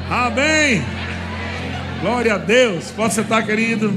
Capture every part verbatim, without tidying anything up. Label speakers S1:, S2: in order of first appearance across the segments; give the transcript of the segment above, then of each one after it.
S1: Amém. Glória a Deus. Pode sentar, querido.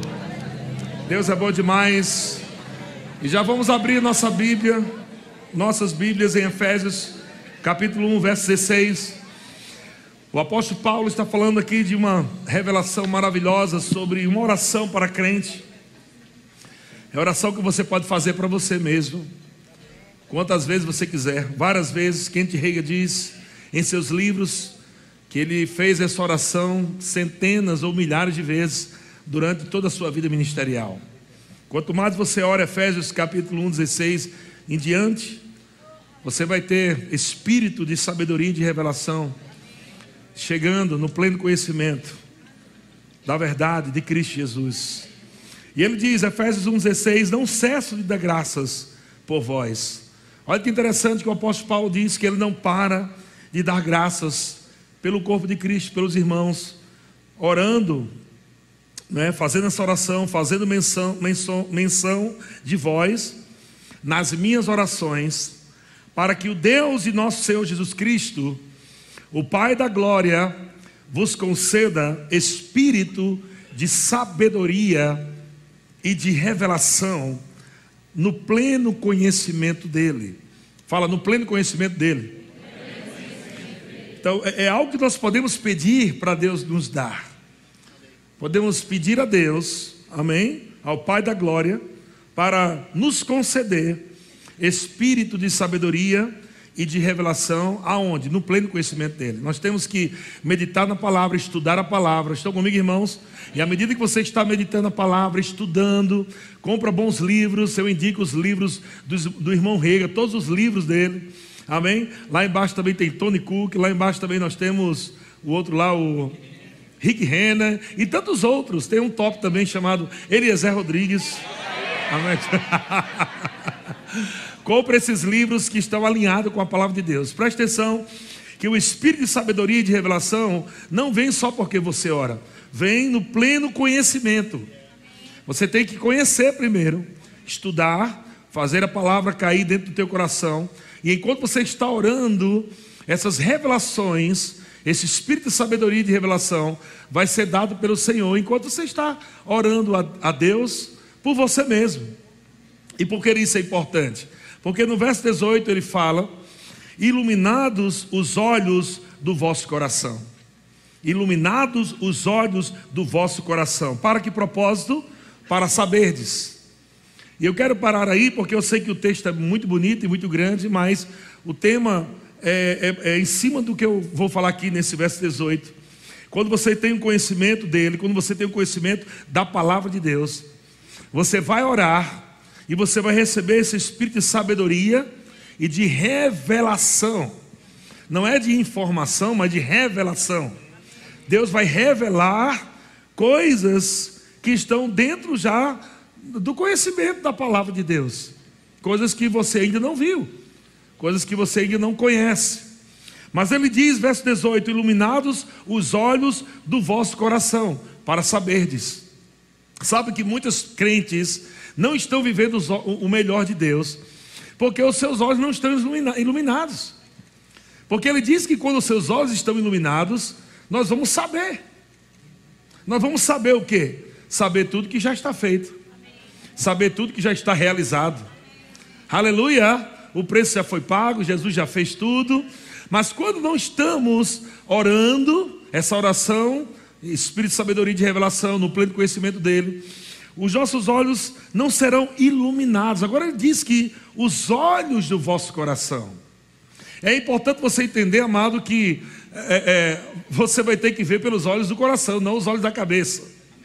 S1: Deus é bom demais. E já vamos abrir nossa Bíblia, nossas Bíblias em Efésios, capítulo um, verso dezesseis. O apóstolo Paulo está falando aqui de uma revelação maravilhosa sobre uma oração para crente. É a oração que você pode fazer para você mesmo, quantas vezes você quiser, várias vezes. Kent Hagin diz em seus livros que ele fez essa oração centenas ou milhares de vezes durante toda a sua vida ministerial. Quanto mais você ora Efésios capítulo um, dezesseis em diante, você vai ter espírito de sabedoria e de revelação, chegando no pleno conhecimento da verdade de Cristo Jesus. E ele diz, Efésios um, dezesseis, não cesso de dar graças por vós. Olha que interessante que o apóstolo Paulo diz que ele não para de dar graças pelo corpo de Cristo, pelos irmãos, orando, né, fazendo essa oração, fazendo menção, menção, menção de vós nas minhas orações, para que o Deus de nosso Senhor Jesus Cristo, o Pai da glória, vos conceda espírito de sabedoria e de revelação no pleno conhecimento dele. Fala, no pleno conhecimento dele. Então é algo que nós podemos pedir para Deus nos dar. Podemos pedir a Deus, amém, ao Pai da glória, para nos conceder espírito de sabedoria e de revelação. Aonde? No pleno conhecimento dele. Nós temos que meditar na palavra, estudar a palavra. Estão comigo, irmãos? E à medida que você está meditando a palavra, estudando, compra bons livros. Eu indico os livros do, do irmão Rega, todos os livros dele, amém? Lá embaixo também tem Tony Cook. Lá embaixo também nós temos o outro lá, o Rick Renner, e tantos outros. Tem um top também chamado Eliezer Rodrigues, amém? Compre esses livros que estão alinhados com a palavra de Deus. Preste atenção que o espírito de sabedoria e de revelação não vem só porque você ora, vem no pleno conhecimento. Você tem que conhecer primeiro, estudar, fazer a palavra cair dentro do teu coração. E enquanto você está orando, essas revelações, esse espírito de sabedoria e de revelação vai ser dado pelo Senhor, enquanto você está orando a, a Deus por você mesmo. E por que isso é importante? Porque no verso dezoito ele fala, iluminados os olhos do vosso coração. Iluminados os olhos do vosso coração. Para que propósito? Para saberdes. E eu quero parar aí, porque eu sei que o texto é muito bonito e muito grande, mas o tema é, é, é em cima do que eu vou falar aqui nesse verso dezoito. Quando você tem um conhecimento dele, quando você tem um conhecimento da palavra de Deus, você vai orar e você vai receber esse espírito de sabedoria e de revelação. Não é de informação, mas de revelação. Deus vai revelar coisas que estão dentro já do conhecimento da palavra de Deus. Coisas que você ainda não viu, coisas que você ainda não conhece. Mas ele diz, verso dezoito, iluminados os olhos do vosso coração, para saberdes. Sabe que muitos crentes não estão vivendo o melhor de Deus, porque os seus olhos não estão iluminados. Porque ele diz que quando os seus olhos estão iluminados, nós vamos saber. Nós vamos saber o quê? Saber tudo que já está feito. Saber tudo que já está realizado. Aleluia! O preço já foi pago, Jesus já fez tudo. Mas quando não estamos orando, essa oração, espírito de sabedoria e de revelação, no pleno conhecimento dele, os nossos olhos não serão iluminados. Agora ele diz que os olhos do vosso coração. É importante você entender, amado, que é, é, você vai ter que ver pelos olhos do coração, não os olhos da cabeça.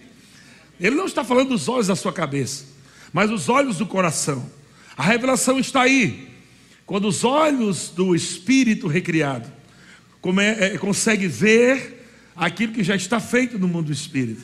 S1: Ele não está falando dos olhos da sua cabeça, mas os olhos do coração. A revelação está aí. Quando os olhos do Espírito recriado come, é, consegue ver aquilo que já está feito no mundo do Espírito.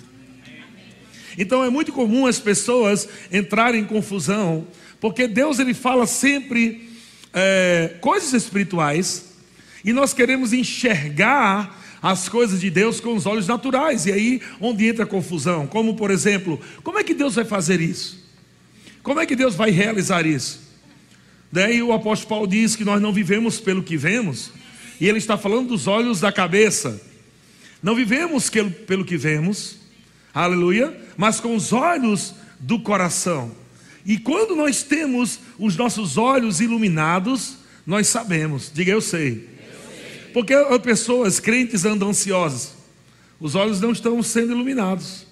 S1: Então é muito comum as pessoas entrarem em confusão, porque Deus ele fala sempre é, coisas espirituais, e nós queremos enxergar as coisas de Deus com os olhos naturais, e aí onde entra a confusão. Como por exemplo, como é que Deus vai fazer isso? Como é que Deus vai realizar isso? Daí o apóstolo Paulo diz que nós não vivemos pelo que vemos, e ele está falando dos olhos da cabeça. Não vivemos pelo que vemos, aleluia, mas com os olhos do coração. E quando nós temos os nossos olhos iluminados, nós sabemos, diga eu sei. Eu sei. Porque as pessoas crentes andam ansiosas, os olhos não estão sendo iluminados.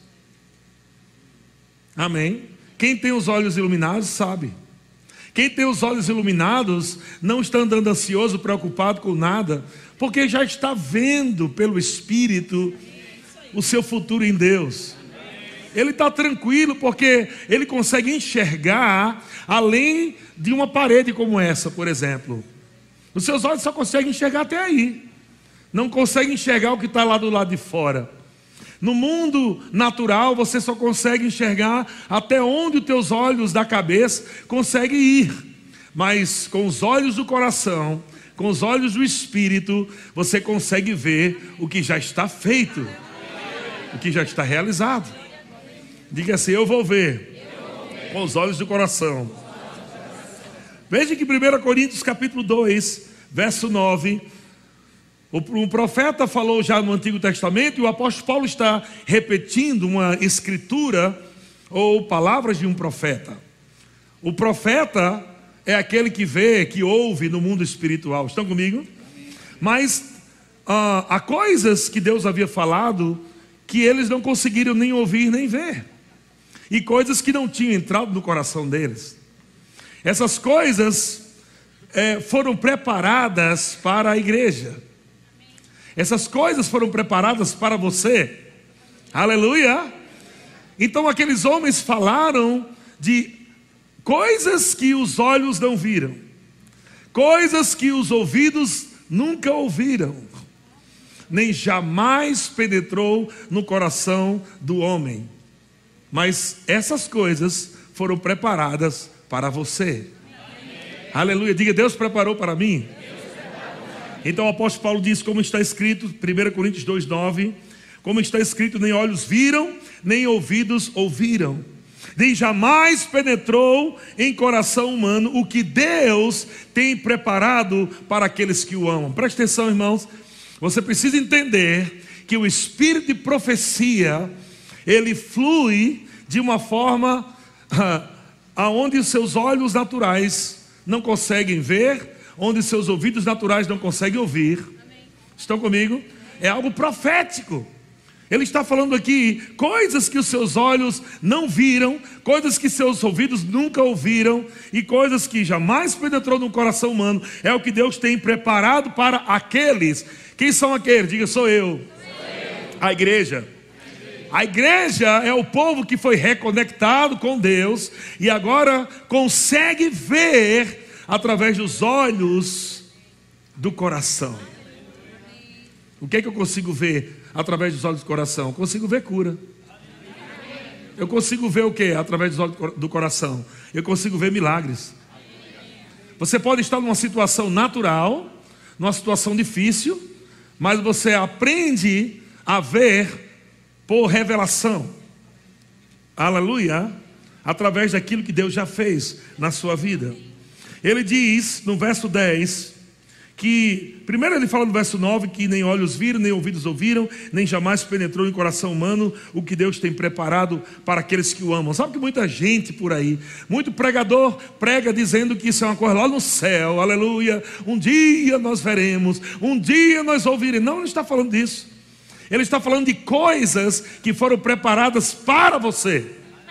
S1: Amém? Quem tem os olhos iluminados sabe. Quem tem os olhos iluminados não está andando ansioso, preocupado com nada, porque já está vendo pelo Espírito o seu futuro em Deus. Ele está tranquilo porque ele consegue enxergar além de uma parede como essa, por exemplo. Os seus olhos só conseguem enxergar até aí. Não conseguem enxergar o que está lá do lado de fora. No mundo natural, você só consegue enxergar até onde os teus olhos da cabeça conseguem ir. Mas com os olhos do coração, com os olhos do Espírito, você consegue ver o que já está feito, o que já está realizado. Diga assim, eu vou ver com os olhos do coração. Veja que primeira Coríntios capítulo dois, verso nove... O profeta falou já no Antigo Testamento, e o apóstolo Paulo está repetindo uma escritura ou palavras de um profeta. O profeta é aquele que vê, que ouve no mundo espiritual. Estão comigo? Mas ah, há coisas que Deus havia falado que eles não conseguiram nem ouvir nem ver. E coisas que não tinham entrado no coração deles. Essas coisas é, foram preparadas para a igreja. Essas coisas foram preparadas para você. Aleluia. Então aqueles homens falaram de coisas que os olhos não viram, coisas que os ouvidos nunca ouviram, nem jamais penetrou no coração do homem. Mas essas coisas foram preparadas para você. Aleluia. Diga, Deus preparou para mim. Então o apóstolo Paulo diz, como está escrito, primeira Coríntios dois, nove, como está escrito, nem olhos viram, nem ouvidos ouviram, nem jamais penetrou em coração humano o que Deus tem preparado para aqueles que o amam. Preste atenção, irmãos, você precisa entender que o espírito de profecia, ele flui de uma forma ah, aonde os seus olhos naturais não conseguem ver, onde seus ouvidos naturais não conseguem ouvir. Amém. Estão comigo? É algo profético. Ele está falando aqui coisas que os seus olhos não viram, coisas que seus ouvidos nunca ouviram, e coisas que jamais penetrou no coração humano. É o que Deus tem preparado para aqueles. Quem são aqueles? Diga, sou eu. Sou eu. A igreja. A igreja é o povo que foi reconectado com Deus e agora consegue ver através dos olhos do coração. O que é que eu consigo ver através dos olhos do coração? Eu consigo ver cura. Eu consigo ver o que através dos olhos do coração? Eu consigo ver milagres. Você pode estar numa situação natural, numa situação difícil, mas você aprende a ver por revelação. Aleluia! Através daquilo que Deus já fez na sua vida. Ele diz no verso dez que, primeiro ele fala no verso nove que nem olhos viram, nem ouvidos ouviram, nem jamais penetrou em coração humano o que Deus tem preparado para aqueles que o amam. Sabe que muita gente por aí, muito pregador prega dizendo que isso é uma coisa lá no céu, aleluia, um dia nós veremos, um dia nós ouviremos. Não, ele está falando disso. Ele está falando de coisas que foram preparadas para você,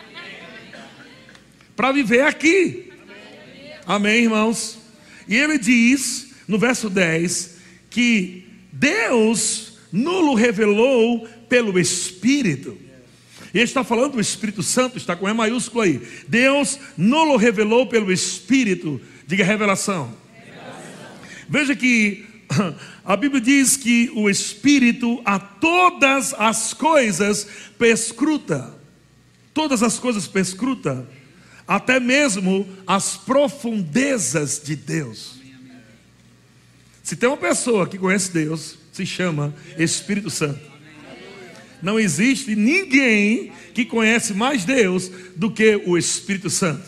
S1: para viver aqui. Amém, irmãos? E ele diz no verso dez que Deus nulo revelou pelo Espírito. E ele está falando do Espírito Santo, está com E maiúsculo aí. Deus nulo revelou pelo Espírito. Diga revelação. Revelação. Veja que a Bíblia diz que o Espírito a todas as coisas perscruta. Todas as coisas perscruta. Até mesmo as profundezas de Deus. Se tem uma pessoa que conhece Deus, se chama Espírito Santo. Não existe ninguém que conhece mais Deus do que o Espírito Santo.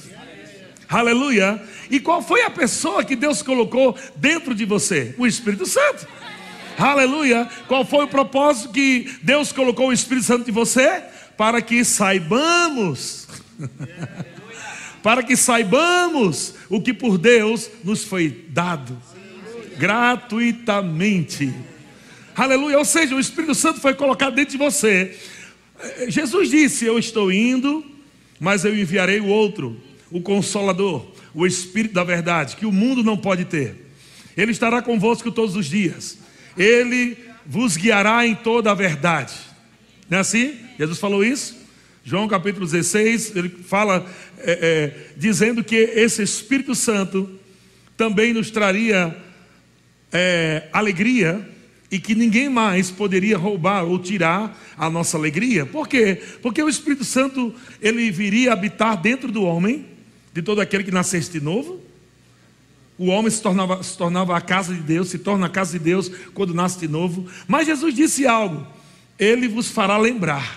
S1: Aleluia. E qual foi a pessoa que Deus colocou dentro de você? O Espírito Santo. Aleluia. Qual foi o propósito que Deus colocou o Espírito Santo em você? Para que saibamos para que saibamos o que por Deus nos foi dado gratuitamente. Aleluia. Ou seja, o Espírito Santo foi colocado dentro de você. Jesus disse: eu estou indo, mas eu enviarei o outro, o Consolador, o Espírito da verdade, que o mundo não pode ter. Ele estará convosco todos os dias. Ele vos guiará em toda a verdade. Não é assim? Jesus falou isso. João capítulo dezesseis, ele fala é, é, dizendo que esse Espírito Santo também nos traria é, alegria, e que ninguém mais poderia roubar ou tirar a nossa alegria. Por quê? Porque o Espírito Santo, ele viria habitar dentro do homem, de todo aquele que nascesse de novo. O homem se tornava, se tornava a casa de Deus, se torna a casa de Deus quando nasce de novo. Mas Jesus disse algo: ele vos fará lembrar.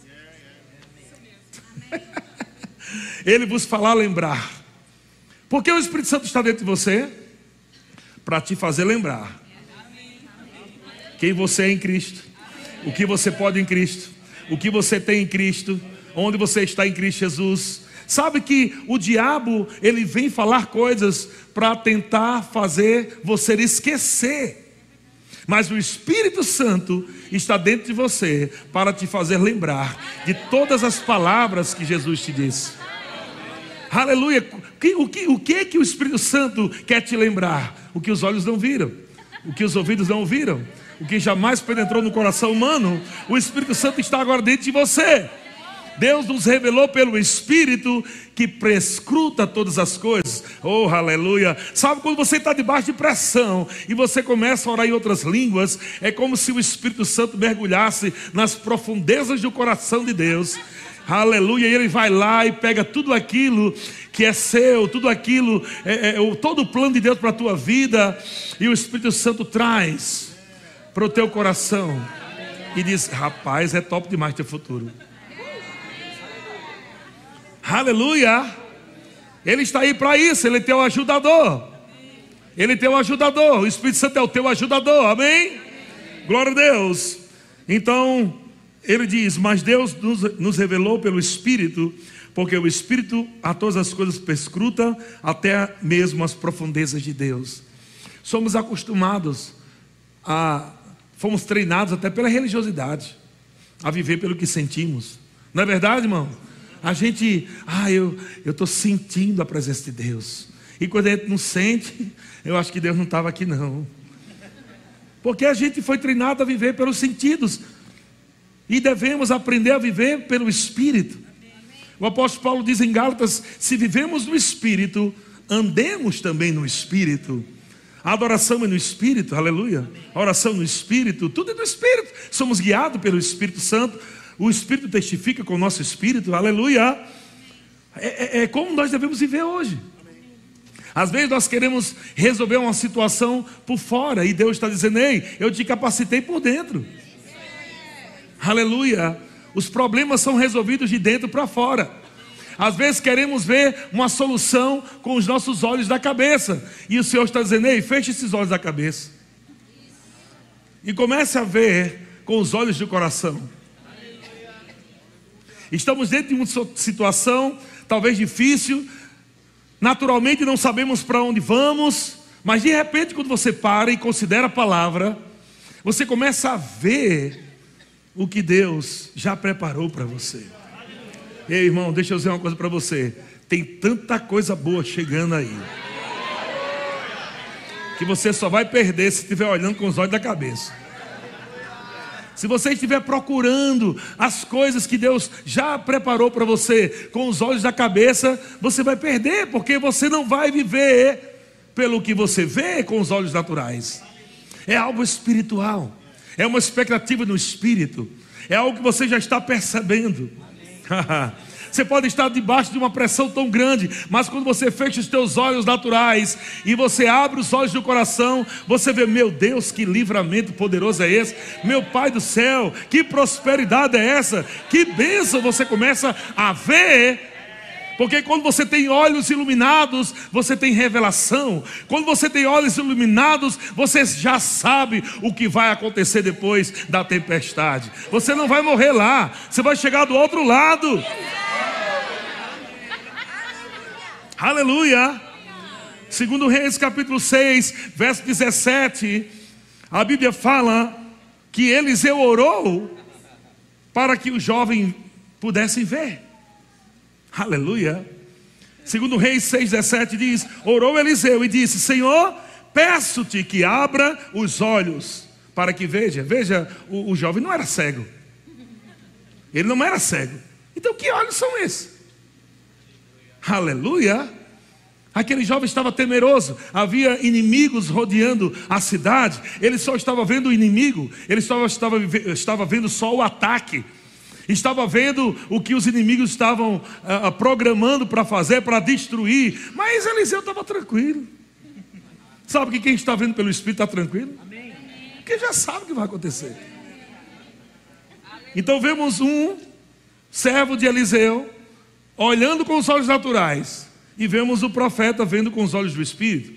S1: Ele vos fará lembrar. Por que o Espírito Santo está dentro de você? Para te fazer lembrar quem você é em Cristo, o que você pode em Cristo, o que você tem em Cristo, onde você está em Cristo Jesus. Sabe que o diabo, ele vem falar coisas para tentar fazer você esquecer, mas o Espírito Santo está dentro de você para te fazer lembrar de todas as palavras que Jesus te disse. Aleluia. O que, o que, o que é que o Espírito Santo quer te lembrar? O que os olhos não viram, o que os ouvidos não ouviram, o que jamais penetrou no coração humano. O Espírito Santo está agora dentro de você. Deus nos revelou pelo Espírito que prescruta todas as coisas. Oh, aleluia. Sabe quando você está debaixo de pressão e você começa a orar em outras línguas? É como se o Espírito Santo mergulhasse nas profundezas do coração de Deus. Aleluia. E ele vai lá e pega tudo aquilo que é seu, tudo aquilo, é, é, todo o plano de Deus para a tua vida, e o Espírito Santo traz para o teu coração e diz: rapaz, é top demais teu futuro. Aleluia. Ele está aí para isso. Ele é teu ajudador. Ele é teu ajudador. O Espírito Santo é o teu ajudador. Amém? Glória a Deus. Então ele diz: mas Deus nos, nos revelou pelo Espírito, porque o Espírito a todas as coisas perscruta, até mesmo as profundezas de Deus. Somos acostumados a Fomos treinados até pela religiosidade a viver pelo que sentimos. Não é verdade, irmão? A gente, ah, eu estou sentindo a presença de Deus. E quando a gente não sente, eu acho que Deus não estava aqui não. Porque a gente foi treinado a viver pelos sentidos. E devemos aprender a viver pelo Espírito. O apóstolo Paulo diz em Gálatas: se vivemos no Espírito, andemos também no Espírito. A adoração é no Espírito, aleluia. A oração no Espírito, tudo é no Espírito. Somos guiados pelo Espírito Santo. O Espírito testifica com o nosso Espírito, aleluia. É, é, é como nós devemos viver hoje. Às vezes nós queremos resolver uma situação por fora, e Deus está dizendo: ei, eu te capacitei por dentro. Aleluia. Os problemas são resolvidos de dentro para fora. Às vezes queremos ver uma solução com os nossos olhos da cabeça, e o Senhor está dizendo: ei, feche esses olhos da cabeça e comece a ver com os olhos do coração. Estamos dentro de uma situação talvez difícil, naturalmente não sabemos para onde vamos, mas de repente, quando você para e considera a palavra, você começa a ver o que Deus já preparou para você. Ei, irmão, deixa eu dizer uma coisa para você: tem tanta coisa boa chegando aí, que você só vai perder se estiver olhando com os olhos da cabeça. Se você estiver procurando as coisas que Deus já preparou para você com os olhos da cabeça, você vai perder, porque você não vai viver pelo que você vê com os olhos naturais. É algo espiritual, é uma expectativa no Espírito, é algo que você já está percebendo. Você pode estar debaixo de uma pressão tão grande, mas quando você fecha os teus olhos naturais e você abre os olhos do coração, você vê: meu Deus, que livramento poderoso é esse, meu Pai do céu, que prosperidade é essa, que bênção. Você começa a ver Porque quando você tem olhos iluminados, você tem revelação. Quando você tem olhos iluminados, você já sabe o que vai acontecer depois da tempestade. Você não vai morrer lá, você vai chegar do outro lado. Aleluia. Segundo Reis capítulo seis, verso dezessete, a Bíblia fala que Eliseu orou para que os jovens pudessem ver. Aleluia. Segundo Reis seis, dezessete diz: orou Eliseu e disse: Senhor, peço-te que abra os olhos para que veja. Veja, o, o jovem não era cego. Ele não era cego. Então que olhos são esses? Aleluia. Aquele jovem estava temeroso. Havia inimigos rodeando a cidade. Ele só estava vendo o inimigo. Ele só estava, estava vendo só o ataque. Estava vendo o que os inimigos estavam ah, programando para fazer, para destruir. Mas Eliseu estava tranquilo. Sabe que quem está vendo pelo Espírito está tranquilo? Porque já sabe o que vai acontecer. Então vemos um servo de Eliseu olhando com os olhos naturais, e vemos o profeta vendo com os olhos do Espírito.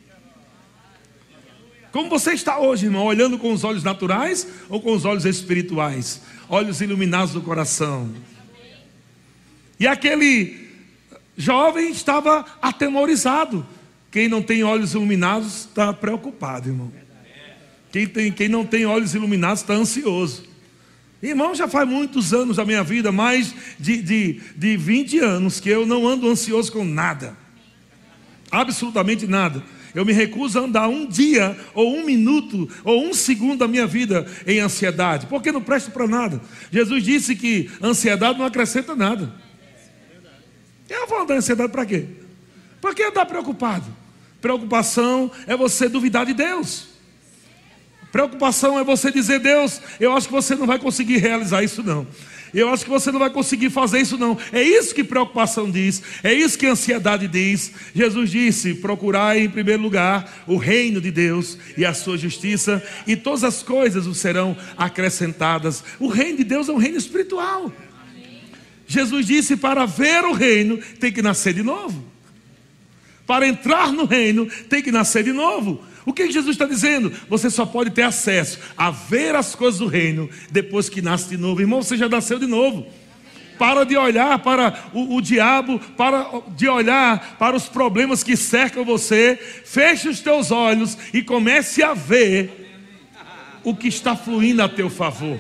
S1: Como você está hoje, irmão? Olhando com os olhos naturais ou com os olhos espirituais? Olhos iluminados do coração. E aquele jovem estava atemorizado. Quem não tem olhos iluminados está preocupado, irmão. Quem, tem, quem não tem olhos iluminados está ansioso. Irmão, já faz muitos anos da minha vida, mais de, de, de vinte anos, que eu não ando ansioso com nada. Absolutamente nada. Eu me recuso a andar um dia, ou um minuto, ou um segundo da minha vida em ansiedade, porque não presta para nada. Jesus disse que ansiedade não acrescenta nada. Eu vou andar em ansiedade para quê? Para que andar preocupado? Preocupação é você duvidar de Deus. Preocupação é você dizer: Deus, eu acho que você não vai conseguir realizar isso não. Eu acho que você não vai conseguir fazer isso não. É isso que preocupação diz. É isso que ansiedade diz. Jesus disse: procurai em primeiro lugar o reino de Deus e a sua justiça, e todas as coisas vos serão acrescentadas. O reino de Deus é um reino espiritual. Jesus disse: para ver o reino tem que nascer de novo. Para entrar no reino tem que nascer de novo. O que Jesus está dizendo? Você só pode ter acesso a ver as coisas do reino depois que nasce de novo. Irmão, você já nasceu de novo. Para de olhar para o, o diabo, para de olhar para os problemas que cercam você. Feche os teus olhos e comece a ver o que está fluindo a teu favor.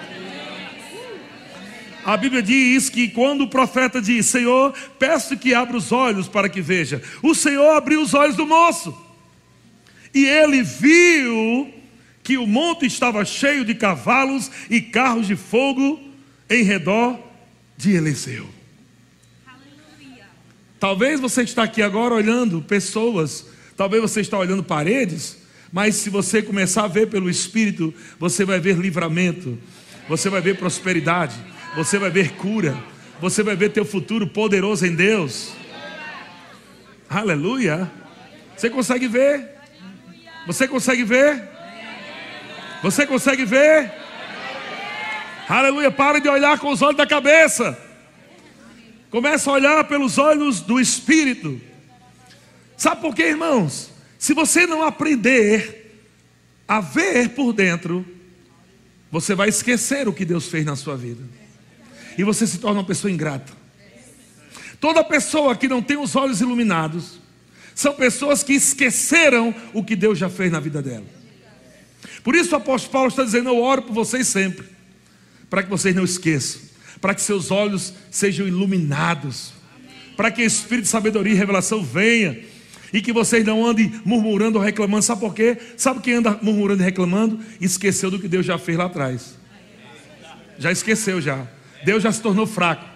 S1: A Bíblia diz que quando o profeta diz: Senhor, peço que abra os olhos para que veja, o Senhor abriu os olhos do moço. E ele viu que o monte estava cheio de cavalos e carros de fogo em redor de Eliseu. Aleluia. Talvez você está aqui agora olhando pessoas, talvez você está olhando paredes, mas se você começar a ver pelo Espírito, você vai ver livramento, você vai ver prosperidade, você vai ver cura, você vai ver teu futuro poderoso em Deus. Aleluia. Você consegue ver? Você consegue ver? Você consegue ver? Aleluia. Pare de olhar com os olhos da cabeça. Comece a olhar pelos olhos do Espírito. Sabe por quê, irmãos? Se você não aprender a ver por dentro, você vai esquecer o que Deus fez na sua vida. E você se torna uma pessoa ingrata. Toda pessoa que não tem os olhos iluminados são pessoas que esqueceram o que Deus já fez na vida dela. Por isso o apóstolo Paulo está dizendo: eu oro por vocês sempre, para que vocês não esqueçam, para que seus olhos sejam iluminados, para que o Espírito de sabedoria e revelação venha, e que vocês não andem murmurando ou reclamando. Sabe por quê? Sabe quem anda murmurando e reclamando? Esqueceu do que Deus já fez lá atrás. Já esqueceu já. Deus já se tornou fraco.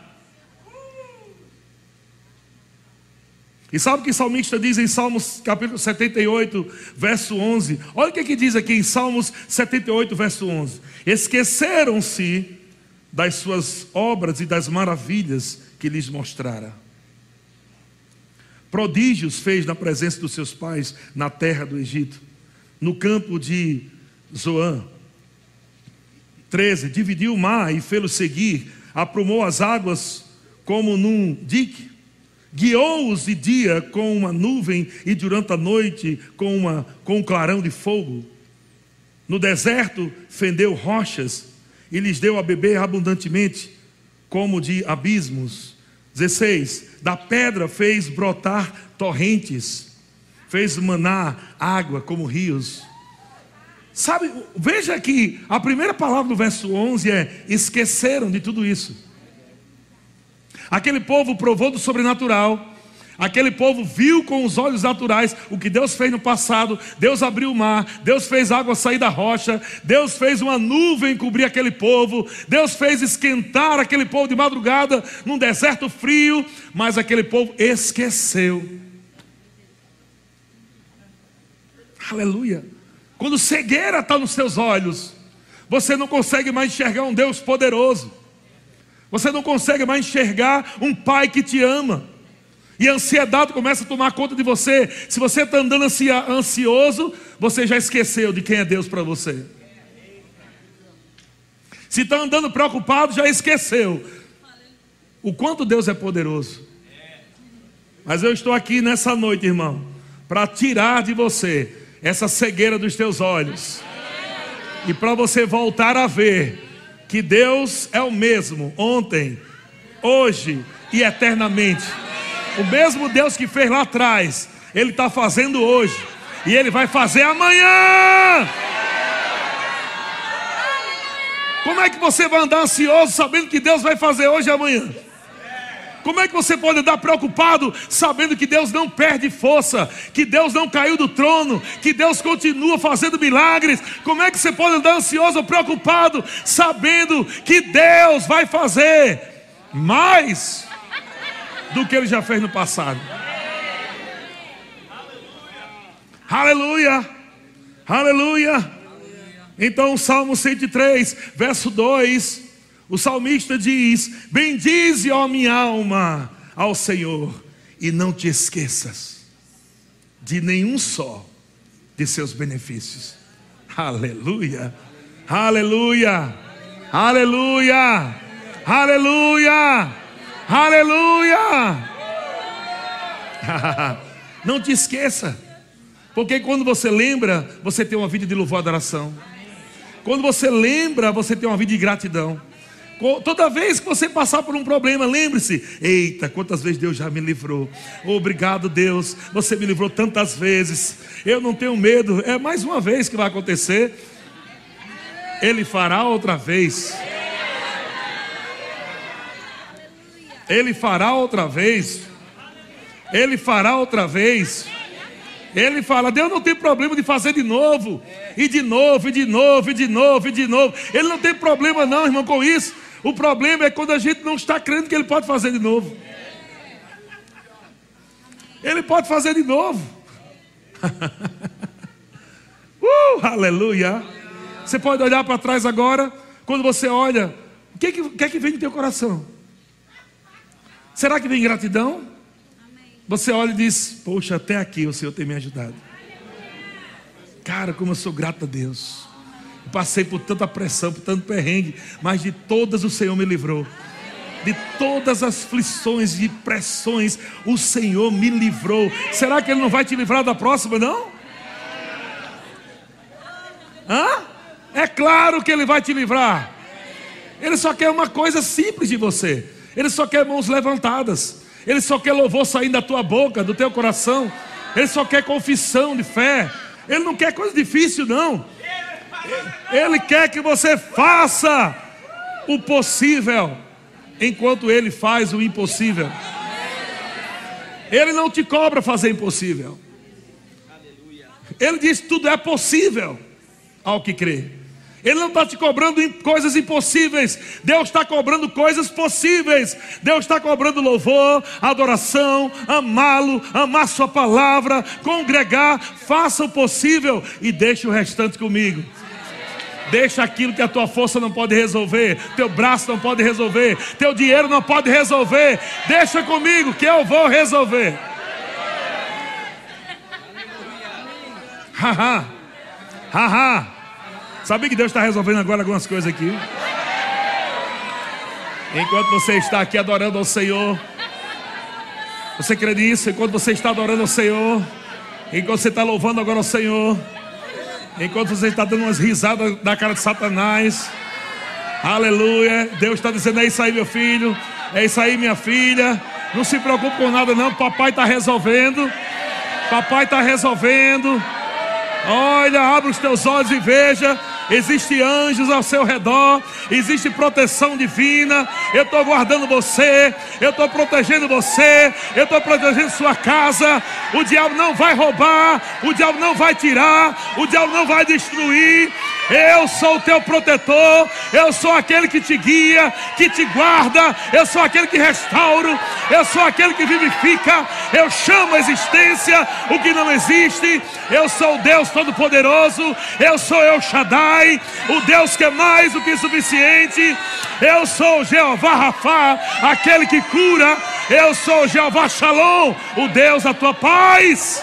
S1: E sabe o que o salmista diz em Salmos capítulo setenta e oito, verso onze? Olha o que, que diz aqui em Salmos setenta e oito, verso onze. Esqueceram-se das suas obras e das maravilhas que lhes mostrara. Prodígios fez na presença dos seus pais na terra do Egito, no campo de Zoã. treze. Dividiu o mar e fê-lo seguir, aprumou as águas como num dique. Guiou-os de dia com uma nuvem e durante a noite com, uma, com um clarão de fogo. No deserto fendeu rochas e lhes deu a beber abundantemente, como de abismos. dezesseis. Da pedra fez brotar torrentes, fez manar água como rios. Sabe, veja que a primeira palavra do verso onze é: esqueceram de tudo isso. Aquele povo provou do sobrenatural. Aquele povo viu com os olhos naturais o que Deus fez no passado. Deus abriu o mar, Deus fez água sair da rocha, Deus fez uma nuvem cobrir aquele povo, Deus fez esquentar aquele povo de madrugada num deserto frio. Mas aquele povo esqueceu. Aleluia. Quando cegueira está nos seus olhos, você não consegue mais enxergar um Deus poderoso, você não consegue mais enxergar um Pai que te ama. E a ansiedade começa a tomar conta de você. Se você está andando ansioso, você já esqueceu de quem é Deus para você. Se está andando preocupado, já esqueceu o quanto Deus é poderoso. Mas eu estou aqui nessa noite, irmão, para tirar de você essa cegueira dos teus olhos, e para você voltar a ver que Deus é o mesmo ontem, hoje e eternamente. O mesmo Deus que fez lá atrás, Ele está fazendo hoje, e Ele vai fazer amanhã. Como é que você vai andar ansioso sabendo que Deus vai fazer hoje e amanhã? Como é que você pode andar preocupado sabendo que Deus não perde força, que Deus não caiu do trono, que Deus continua fazendo milagres? Como é que você pode andar ansioso ou preocupado sabendo que Deus vai fazer mais do que Ele já fez no passado? Aleluia, aleluia. Então o Salmo cento e três, verso dois, o salmista diz: bendize, ó minha alma, ao Senhor, e não te esqueças de nenhum só de seus benefícios. Aleluia, aleluia, aleluia, aleluia, aleluia. Não te esqueça, porque quando você lembra, você tem uma vida de louvor e adoração. Quando você lembra, você tem uma vida de gratidão. Toda vez que você passar por um problema, lembre-se: eita, quantas vezes Deus já me livrou. Obrigado, Deus, você me livrou tantas vezes. Eu não tenho medo, é mais uma vez que vai acontecer. Ele fará outra vez. Ele fará outra vez. Ele fará outra vez. Ele fala: Deus não tem problema de fazer de novo, e de novo, e de novo, e de novo, e de novo. Ele não tem problema não, irmão, com isso. O problema é quando a gente não está crendo que Ele pode fazer de novo. Ele pode fazer de novo. uh, aleluia. Você pode olhar para trás agora. Quando você olha, o que, que, o que é que vem no teu coração? Será que vem gratidão? Você olha e diz: poxa, até aqui o Senhor tem me ajudado. Cara, como eu sou grato a Deus. Eu passei por tanta pressão, por tanto perrengue, mas de todas o Senhor me livrou. De todas as aflições e pressões, o Senhor me livrou. Será que Ele não vai te livrar da próxima, não? Hã? É claro que Ele vai te livrar. Ele só quer uma coisa simples de você. Ele só quer mãos levantadas. Ele só quer louvor saindo da tua boca, do teu coração. Ele só quer confissão de fé. Ele não quer coisa difícil, não. Ele quer que você faça o possível, enquanto Ele faz o impossível. Ele não te cobra fazer impossível. Ele diz: tudo é possível ao que crê. Ele não está te cobrando coisas impossíveis. Deus está cobrando coisas possíveis. Deus está cobrando louvor, adoração, amá-lo, amar sua palavra, congregar. Faça o possível e deixa o restante comigo. Deixa aquilo que a tua força não pode resolver, teu braço não pode resolver, teu dinheiro não pode resolver. Deixa comigo que eu vou resolver. Haha, haha. Sabia que Deus está resolvendo agora algumas coisas aqui? Enquanto você está aqui adorando ao Senhor, Você crê nisso? Enquanto você está adorando ao Senhor, enquanto você está louvando agora ao Senhor, enquanto você está dando umas risadas na cara de Satanás, aleluia, Deus está dizendo: é isso aí, meu filho, é isso aí, minha filha, não se preocupe com nada não, papai está resolvendo, papai está resolvendo. Olha, abre os teus olhos e veja, existem anjos ao seu redor, existe proteção divina. Eu estou guardando você, eu estou protegendo você, eu estou protegendo sua casa. O diabo não vai roubar, o diabo não vai tirar, o diabo não vai destruir. Eu sou o teu protetor, eu sou aquele que te guia, que te guarda, eu sou aquele que restauro, eu sou aquele que vivifica, eu chamo a existência o que não existe. Eu sou o Deus Todo-Poderoso, eu sou El Shaddai, o Deus que é mais do que suficiente. Eu sou o Jeová Rafá, aquele que cura. Eu sou o Jeová Shalom, o Deus da tua paz.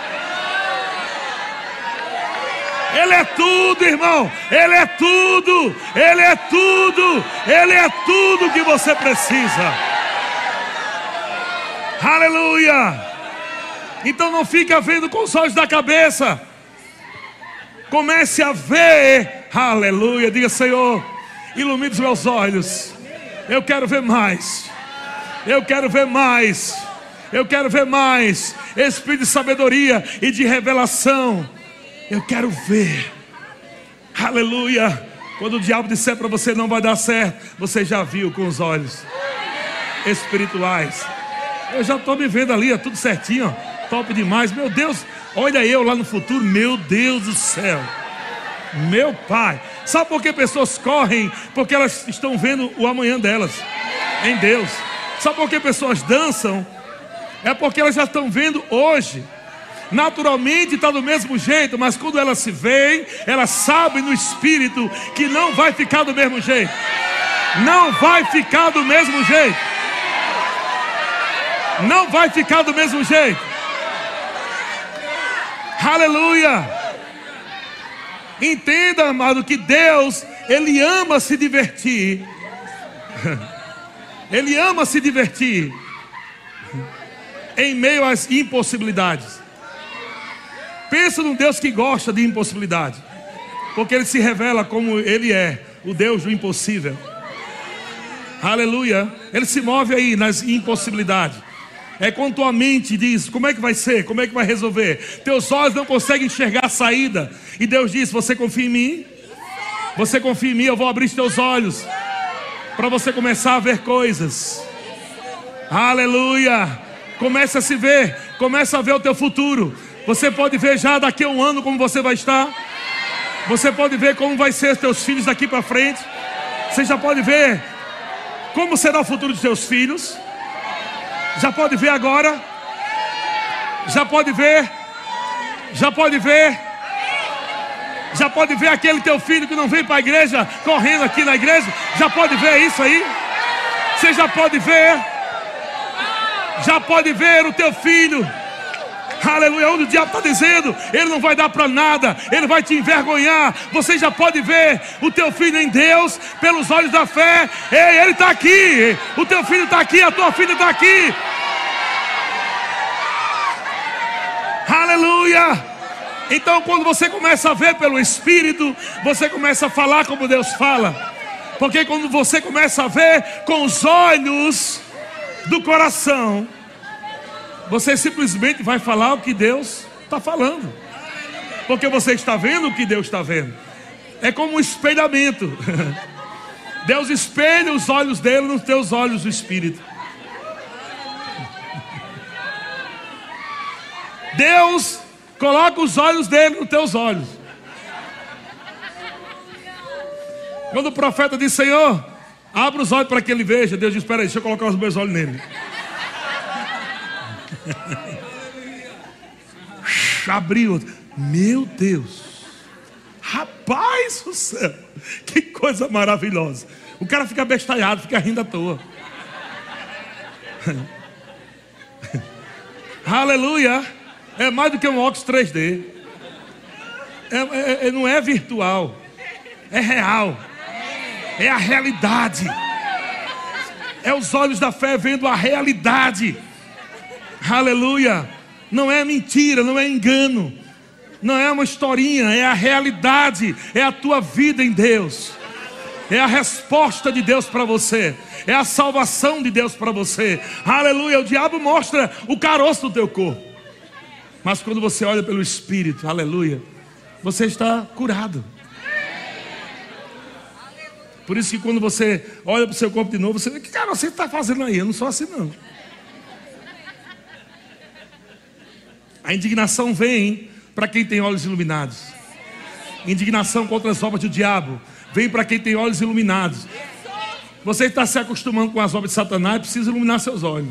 S1: Ele é tudo, irmão. Ele é tudo. Ele é tudo. Ele é tudo que você precisa. Aleluia. Então não fica vendo com os olhos da cabeça. Comece a ver. Aleluia. Diga: Senhor, ilumine os meus olhos. Eu quero ver mais. Eu quero ver mais. Eu quero ver mais. Espírito de sabedoria e de revelação. Eu quero ver. Aleluia. Quando o diabo disser para você não vai dar certo, você já viu com os olhos espirituais. Eu já estou me vendo ali, ó, tudo certinho, ó, top demais. Meu Deus, olha eu lá no futuro. Meu Deus do céu. Meu Pai. Sabe por que pessoas correm? Porque elas estão vendo o amanhã delas em Deus. Sabe por que pessoas dançam? É porque elas já estão vendo hoje. Naturalmente está do mesmo jeito, mas quando elas se veem, elas sabem no espírito que não vai ficar do mesmo jeito. Não vai ficar do mesmo jeito. Não vai ficar do mesmo jeito. Aleluia. Entenda, amado, que Deus, Ele ama se divertir. Ele ama se divertir em meio às impossibilidades. Pensa num Deus que gosta de impossibilidade, porque Ele se revela como Ele é, o Deus do impossível. Aleluia. Ele se move aí nas impossibilidades. É quando tua mente diz: como é que vai ser? Como é que vai resolver? Teus olhos não conseguem enxergar a saída, e Deus diz: você confia em mim? Você confia em mim? Eu vou abrir os teus olhos para você começar a ver coisas. Aleluia. Comece a se ver. Comece a ver o teu futuro. Você pode ver já daqui a um ano como você vai estar. Você pode ver como vai ser os teus filhos daqui para frente. Você já pode ver como será o futuro dos teus filhos. Já pode ver agora. Já pode ver. Já pode ver. Já pode ver aquele teu filho que não vem para a igreja, correndo aqui na igreja. Já pode ver isso aí. Você já pode ver. Já pode ver o teu filho. Aleluia, onde o diabo está dizendo: ele não vai dar para nada, ele vai te envergonhar. Você já pode ver o teu filho em Deus pelos olhos da fé. Ei, ele está aqui, o teu filho está aqui, a tua filha está aqui. Aleluia. Então quando você começa a ver pelo Espírito, você começa a falar como Deus fala. Porque quando você começa a ver com os olhos do coração, você simplesmente vai falar o que Deus está falando, porque você está vendo o que Deus está vendo. É como um espelhamento. Deus espelha os olhos dele nos teus olhos do Espírito. Deus coloca os olhos dele nos teus olhos. Quando o profeta diz: Senhor, abra os olhos para que ele veja, Deus diz: espera aí, deixa eu colocar os meus olhos nele. Abriu. Meu Deus. Rapaz do céu. Que coisa maravilhosa. O cara fica bestalhado, fica rindo à toa. Aleluia. É mais do que um óculos três D. É, é, não é virtual. É real. É a realidade. É os olhos da fé vendo a realidade. Aleluia. Não é mentira, não é engano, não é uma historinha, é a realidade, é a tua vida em Deus, é a resposta de Deus para você, é a salvação de Deus para você. Aleluia. O diabo mostra o caroço do teu corpo, mas quando você olha pelo Espírito, aleluia, você está curado. Por isso que quando você olha para o seu corpo de novo, você diz: que cara você está fazendo aí? Eu não sou assim não. A indignação vem para quem tem olhos iluminados. Indignação contra as obras do diabo vem para quem tem olhos iluminados. Você está se acostumando com as obras de Satanás, precisa iluminar seus olhos.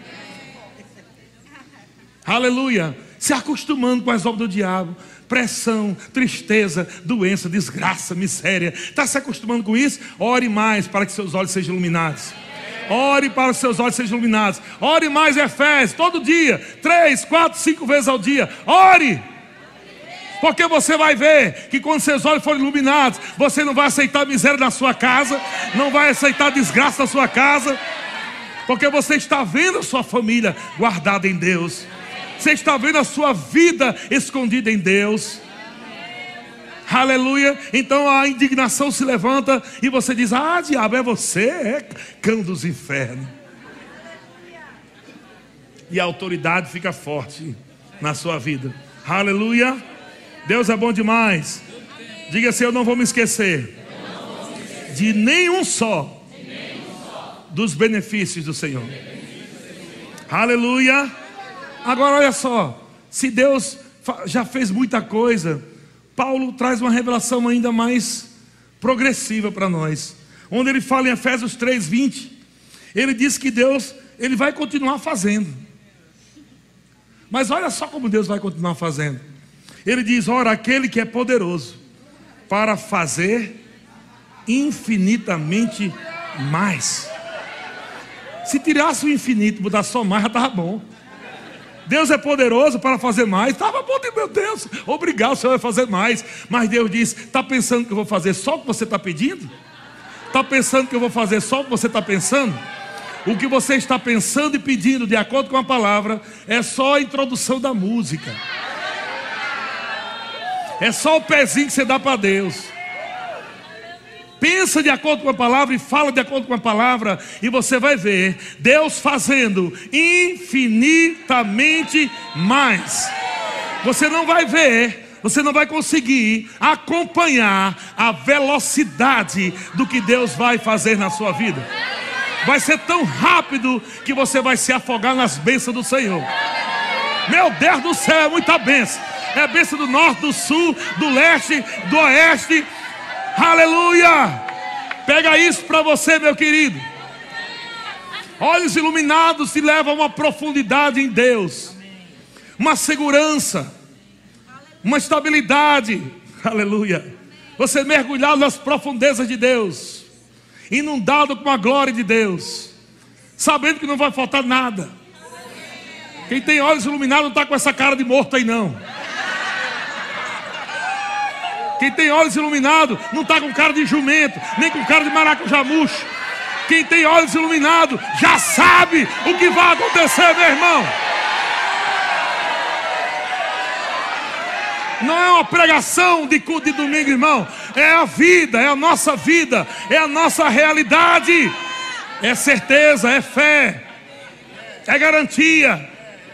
S1: Aleluia. Se acostumando com as obras do diabo, pressão, tristeza, doença, desgraça, miséria. Está se acostumando com isso? Ore mais para que seus olhos sejam iluminados. Ore para que seus olhos sejam iluminados. Ore mais, Efésios, todo dia, três, quatro, cinco vezes ao dia. Ore, porque você vai ver que quando seus olhos forem iluminados, você não vai aceitar miséria na sua casa, não vai aceitar desgraça na sua casa, porque você está vendo a sua família guardada em Deus, você está vendo a sua vida escondida em Deus. Aleluia. Então a indignação se levanta e você diz: ah, diabo, é você, é cão dos infernos. E a autoridade fica forte na sua vida. Aleluia. Deus é bom demais. Diga assim: eu não vou me esquecer de nenhum só dos benefícios do Senhor. Aleluia. Agora olha só, se Deus já fez muita coisa, Paulo traz uma revelação ainda mais progressiva para nós, onde ele fala em Efésios três, vinte, ele diz que Deus, ele vai continuar fazendo. Mas olha só como Deus vai continuar fazendo. Ele diz: ora, aquele que é poderoso para fazer infinitamente mais. Se tirasse o infinito, botar só mais, já estava bom. Deus é poderoso para fazer mais. Estava bom, meu Deus, obrigado, o Senhor vai fazer mais. Mas Deus diz: está pensando que eu vou fazer só o que você está pedindo? Está pensando que eu vou fazer só o que você está pensando? O que você está pensando e pedindo, de acordo com a palavra, é só a introdução da música. É só o pezinho que você dá para Deus. Pensa de acordo com a palavra e fala de acordo com a palavra, e você vai ver Deus fazendo infinitamente mais. Você não vai ver, você não vai conseguir acompanhar a velocidade do que Deus vai fazer na sua vida. Vai ser tão rápido que você vai se afogar nas bênçãos do Senhor. Meu Deus do céu, é muita bênção. É bênção do norte, do sul, do leste, do oeste. Aleluia. Pega isso para você, meu querido. Olhos iluminados te levam a uma profundidade em Deus, uma segurança, uma estabilidade. Aleluia. Você mergulhado nas profundezas de Deus, inundado com a glória de Deus, sabendo que não vai faltar nada. Quem tem olhos iluminados não está com essa cara de morto aí não. Quem tem olhos iluminados não está com cara de jumento, nem com cara de maracujamucho. Quem tem olhos iluminados já sabe o que vai acontecer, meu irmão. Não é uma pregação de culto de domingo, irmão. É a vida, é a nossa vida, é a nossa realidade. É certeza, é fé, é garantia.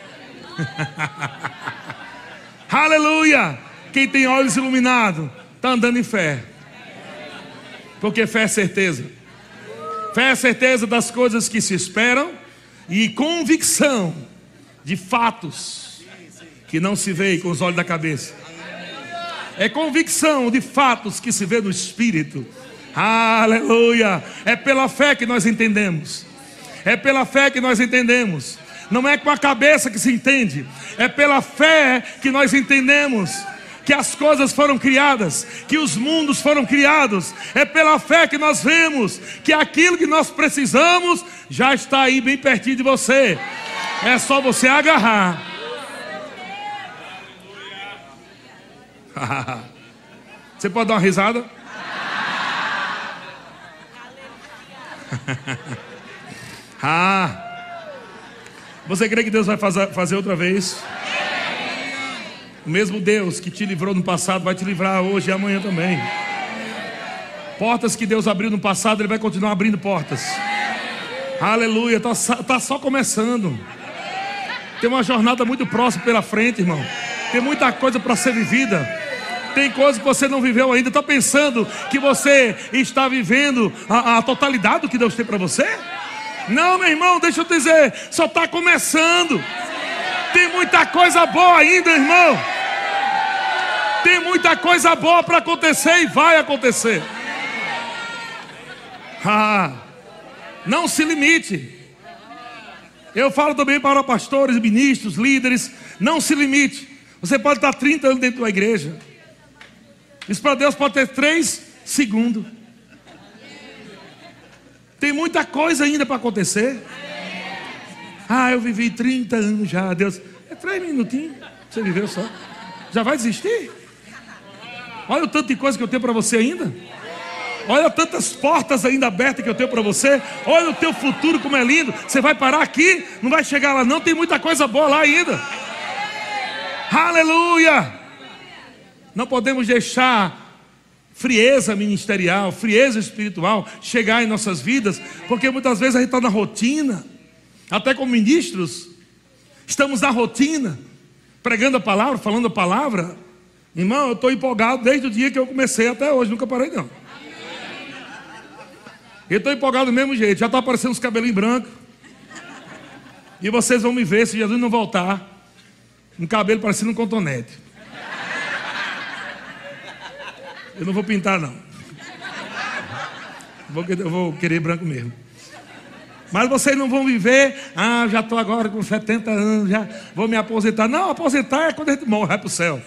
S1: Aleluia. Quem tem olhos iluminados está andando em fé, porque fé é certeza. Fé é certeza das coisas que se esperam e convicção de fatos que não se veem com os olhos da cabeça. É convicção de fatos que se vê no Espírito. Aleluia. É pela fé que nós entendemos. É pela fé que nós entendemos. Não é com a cabeça que se entende. É pela fé que nós entendemos que as coisas foram criadas, que os mundos foram criados. É pela fé que nós vemos que aquilo que nós precisamos já está aí bem pertinho de você. É só você agarrar. Você pode dar uma risada? Ah, Você crê que Deus vai fazer, fazer outra vez? O mesmo Deus que te livrou no passado vai te livrar hoje e amanhã também. Portas que Deus abriu no passado, Ele vai continuar abrindo portas. Aleluia, está tá só começando. Tem uma jornada muito próxima pela frente, irmão. Tem muita coisa para ser vivida. Tem coisas que você não viveu ainda. Está pensando que você está vivendo a, a totalidade do que Deus tem para você? Não, meu irmão, deixa eu te dizer, só está começando. Tem muita coisa boa ainda, irmão. Tem muita coisa boa para acontecer e vai acontecer. Ah, não se limite. Eu falo também para pastores, ministros, líderes. Não se limite. Você pode estar trinta anos dentro da igreja. Isso para Deus pode ter três segundos. Tem muita coisa ainda para acontecer. Ah, eu vivi trinta anos já. Deus, é três minutinhos. Você viveu só. Já vai desistir? Olha o tanto de coisa que eu tenho para você ainda. Olha tantas portas ainda abertas que eu tenho para você. Olha o teu futuro como é lindo. Você vai parar aqui? Não vai chegar lá não. Tem muita coisa boa lá ainda. Aleluia. Não podemos deixar frieza ministerial, frieza espiritual chegar em nossas vidas, porque muitas vezes a gente está na rotina. Até como ministros, estamos na rotina, pregando a palavra, falando a palavra. Irmão, eu estou empolgado desde o dia que eu comecei até hoje, nunca parei não. Eu estou empolgado do mesmo jeito, já está aparecendo os cabelinhos brancos. E vocês vão me ver, se Jesus não voltar, um cabelo parecendo um cotonete. Eu não vou pintar não. Eu vou querer branco mesmo. Mas vocês não vão viver, ah, já estou agora com setenta anos, já vou me aposentar. Não, aposentar é quando a gente morre, vai para o céu.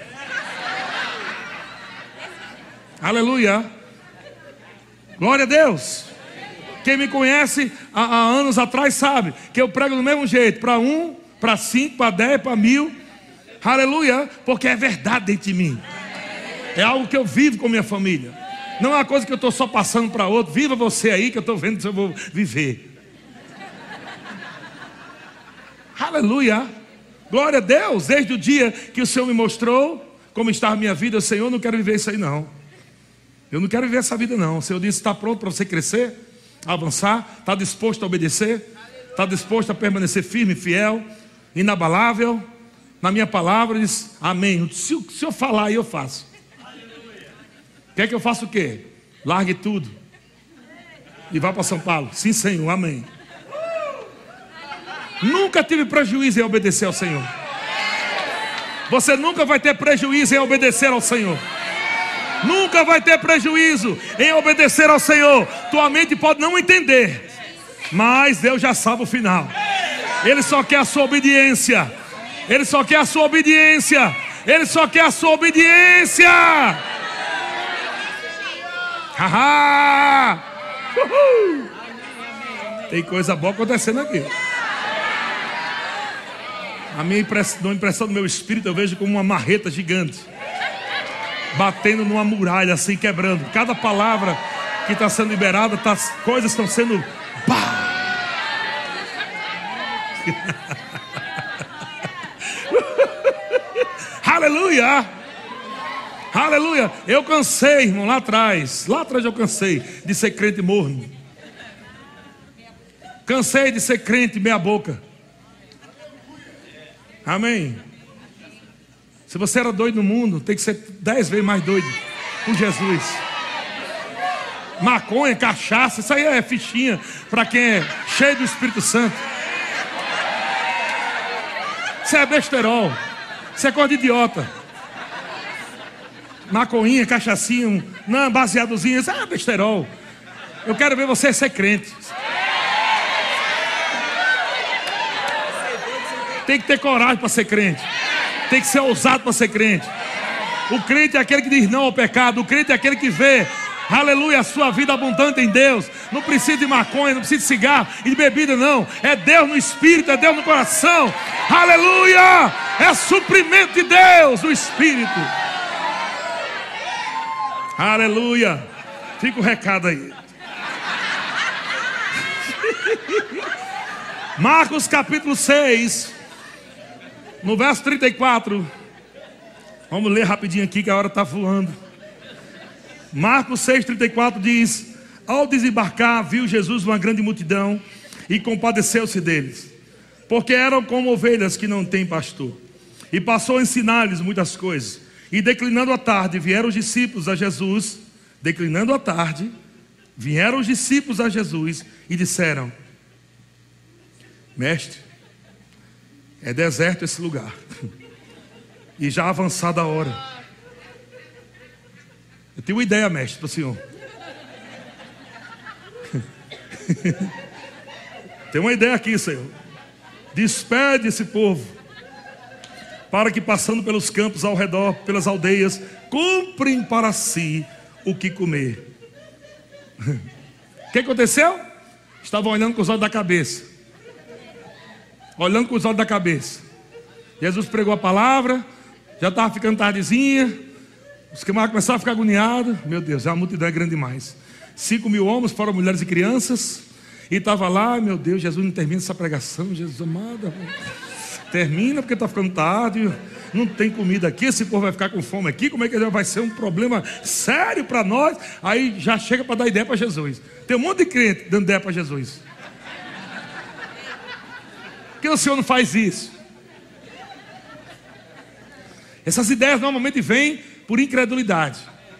S1: Aleluia. Glória a Deus. Quem me conhece há, há anos atrás sabe que eu prego do mesmo jeito, para um, para cinco, para dez, para mil. Aleluia, porque é verdade dentro de mim. É algo que eu vivo com minha família. Não é uma coisa que eu estou só passando para outro. Viva você aí que eu estou vendo se eu vou viver. Aleluia. Glória a Deus. Desde o dia que o Senhor me mostrou como está a minha vida, Senhor, eu não quero viver isso aí não. Eu não quero viver essa vida não. O Senhor disse, está pronto para você crescer, avançar, está disposto a obedecer, está disposto a permanecer firme, fiel, inabalável na minha palavra. Diz, amém. Se o Senhor falar aí eu faço. Quer que eu faça o quê? Largue tudo e vá para São Paulo. Sim, Senhor, amém. Nunca tive prejuízo em obedecer ao Senhor. Você nunca vai ter prejuízo em obedecer ao Senhor. Nunca vai ter prejuízo em obedecer ao Senhor. Tua mente pode não entender, mas Deus já sabe o final. Ele só quer a sua obediência. Ele só quer a sua obediência. Ele só quer a sua obediência. Haha! Uhul! Tem coisa boa acontecendo aqui. A minha impressão, a impressão do meu espírito eu vejo como uma marreta gigante batendo numa muralha assim, quebrando. Cada palavra que está sendo liberada, tá, as coisas estão sendo aleluia. Aleluia. Eu cansei, irmão, lá atrás. Lá atrás eu cansei de ser crente morno. Cansei de ser crente meia boca. Amém. Se você era doido no mundo, tem que ser dez vezes mais doido por Jesus. Maconha, cachaça, isso aí é fichinha para quem é cheio do Espírito Santo. Isso é besterol. Isso é coisa de idiota. Maconhinha, cachacinho, não, baseadozinho, isso é besterol. Eu quero ver você ser crente. Tem que ter coragem para ser crente. Tem que ser ousado para ser crente. O crente é aquele que diz não ao pecado. O crente é aquele que vê, aleluia, a sua vida abundante em Deus. Não precisa de maconha, não precisa de cigarro e de bebida não. É Deus no espírito, é Deus no coração. Aleluia, é suprimento de Deus no espírito. Aleluia. Fica o recado aí. Marcos capítulo seis, no verso trinta e quatro. Vamos ler rapidinho aqui que a hora está voando. Marcos seis, trinta e quatro diz: ao desembarcar, viu Jesus uma grande multidão e compadeceu-se deles, porque eram como ovelhas que não têm pastor. E passou a ensinar-lhes muitas coisas. E declinando a tarde, vieram os discípulos a Jesus. Declinando a tarde, vieram os discípulos a Jesus e disseram: mestre, é deserto esse lugar, e já avançada a hora. Eu tenho uma ideia, mestre, para o senhor. Tem uma ideia aqui, Senhor. Despede esse povo, para que passando pelos campos ao redor, pelas aldeias, comprem para si o que comer. O que aconteceu? Estavam olhando com os olhos da cabeça. Olhando com os olhos da cabeça. Jesus pregou a palavra, já estava ficando tardezinha. Os camarões começaram a ficar agoniados. Meu Deus, a multidão é grande demais. Cinco mil homens, fora mulheres e crianças. E estava lá, meu Deus, Jesus não termina essa pregação. Jesus amado, termina porque está ficando tarde. Não tem comida aqui, esse povo vai ficar com fome aqui. Como é que vai ser um problema sério para nós? Aí já chega para dar ideia para Jesus. Tem um monte de crente dando ideia para Jesus. Por que o Senhor não faz isso? Essas ideias normalmente vêm por incredulidade.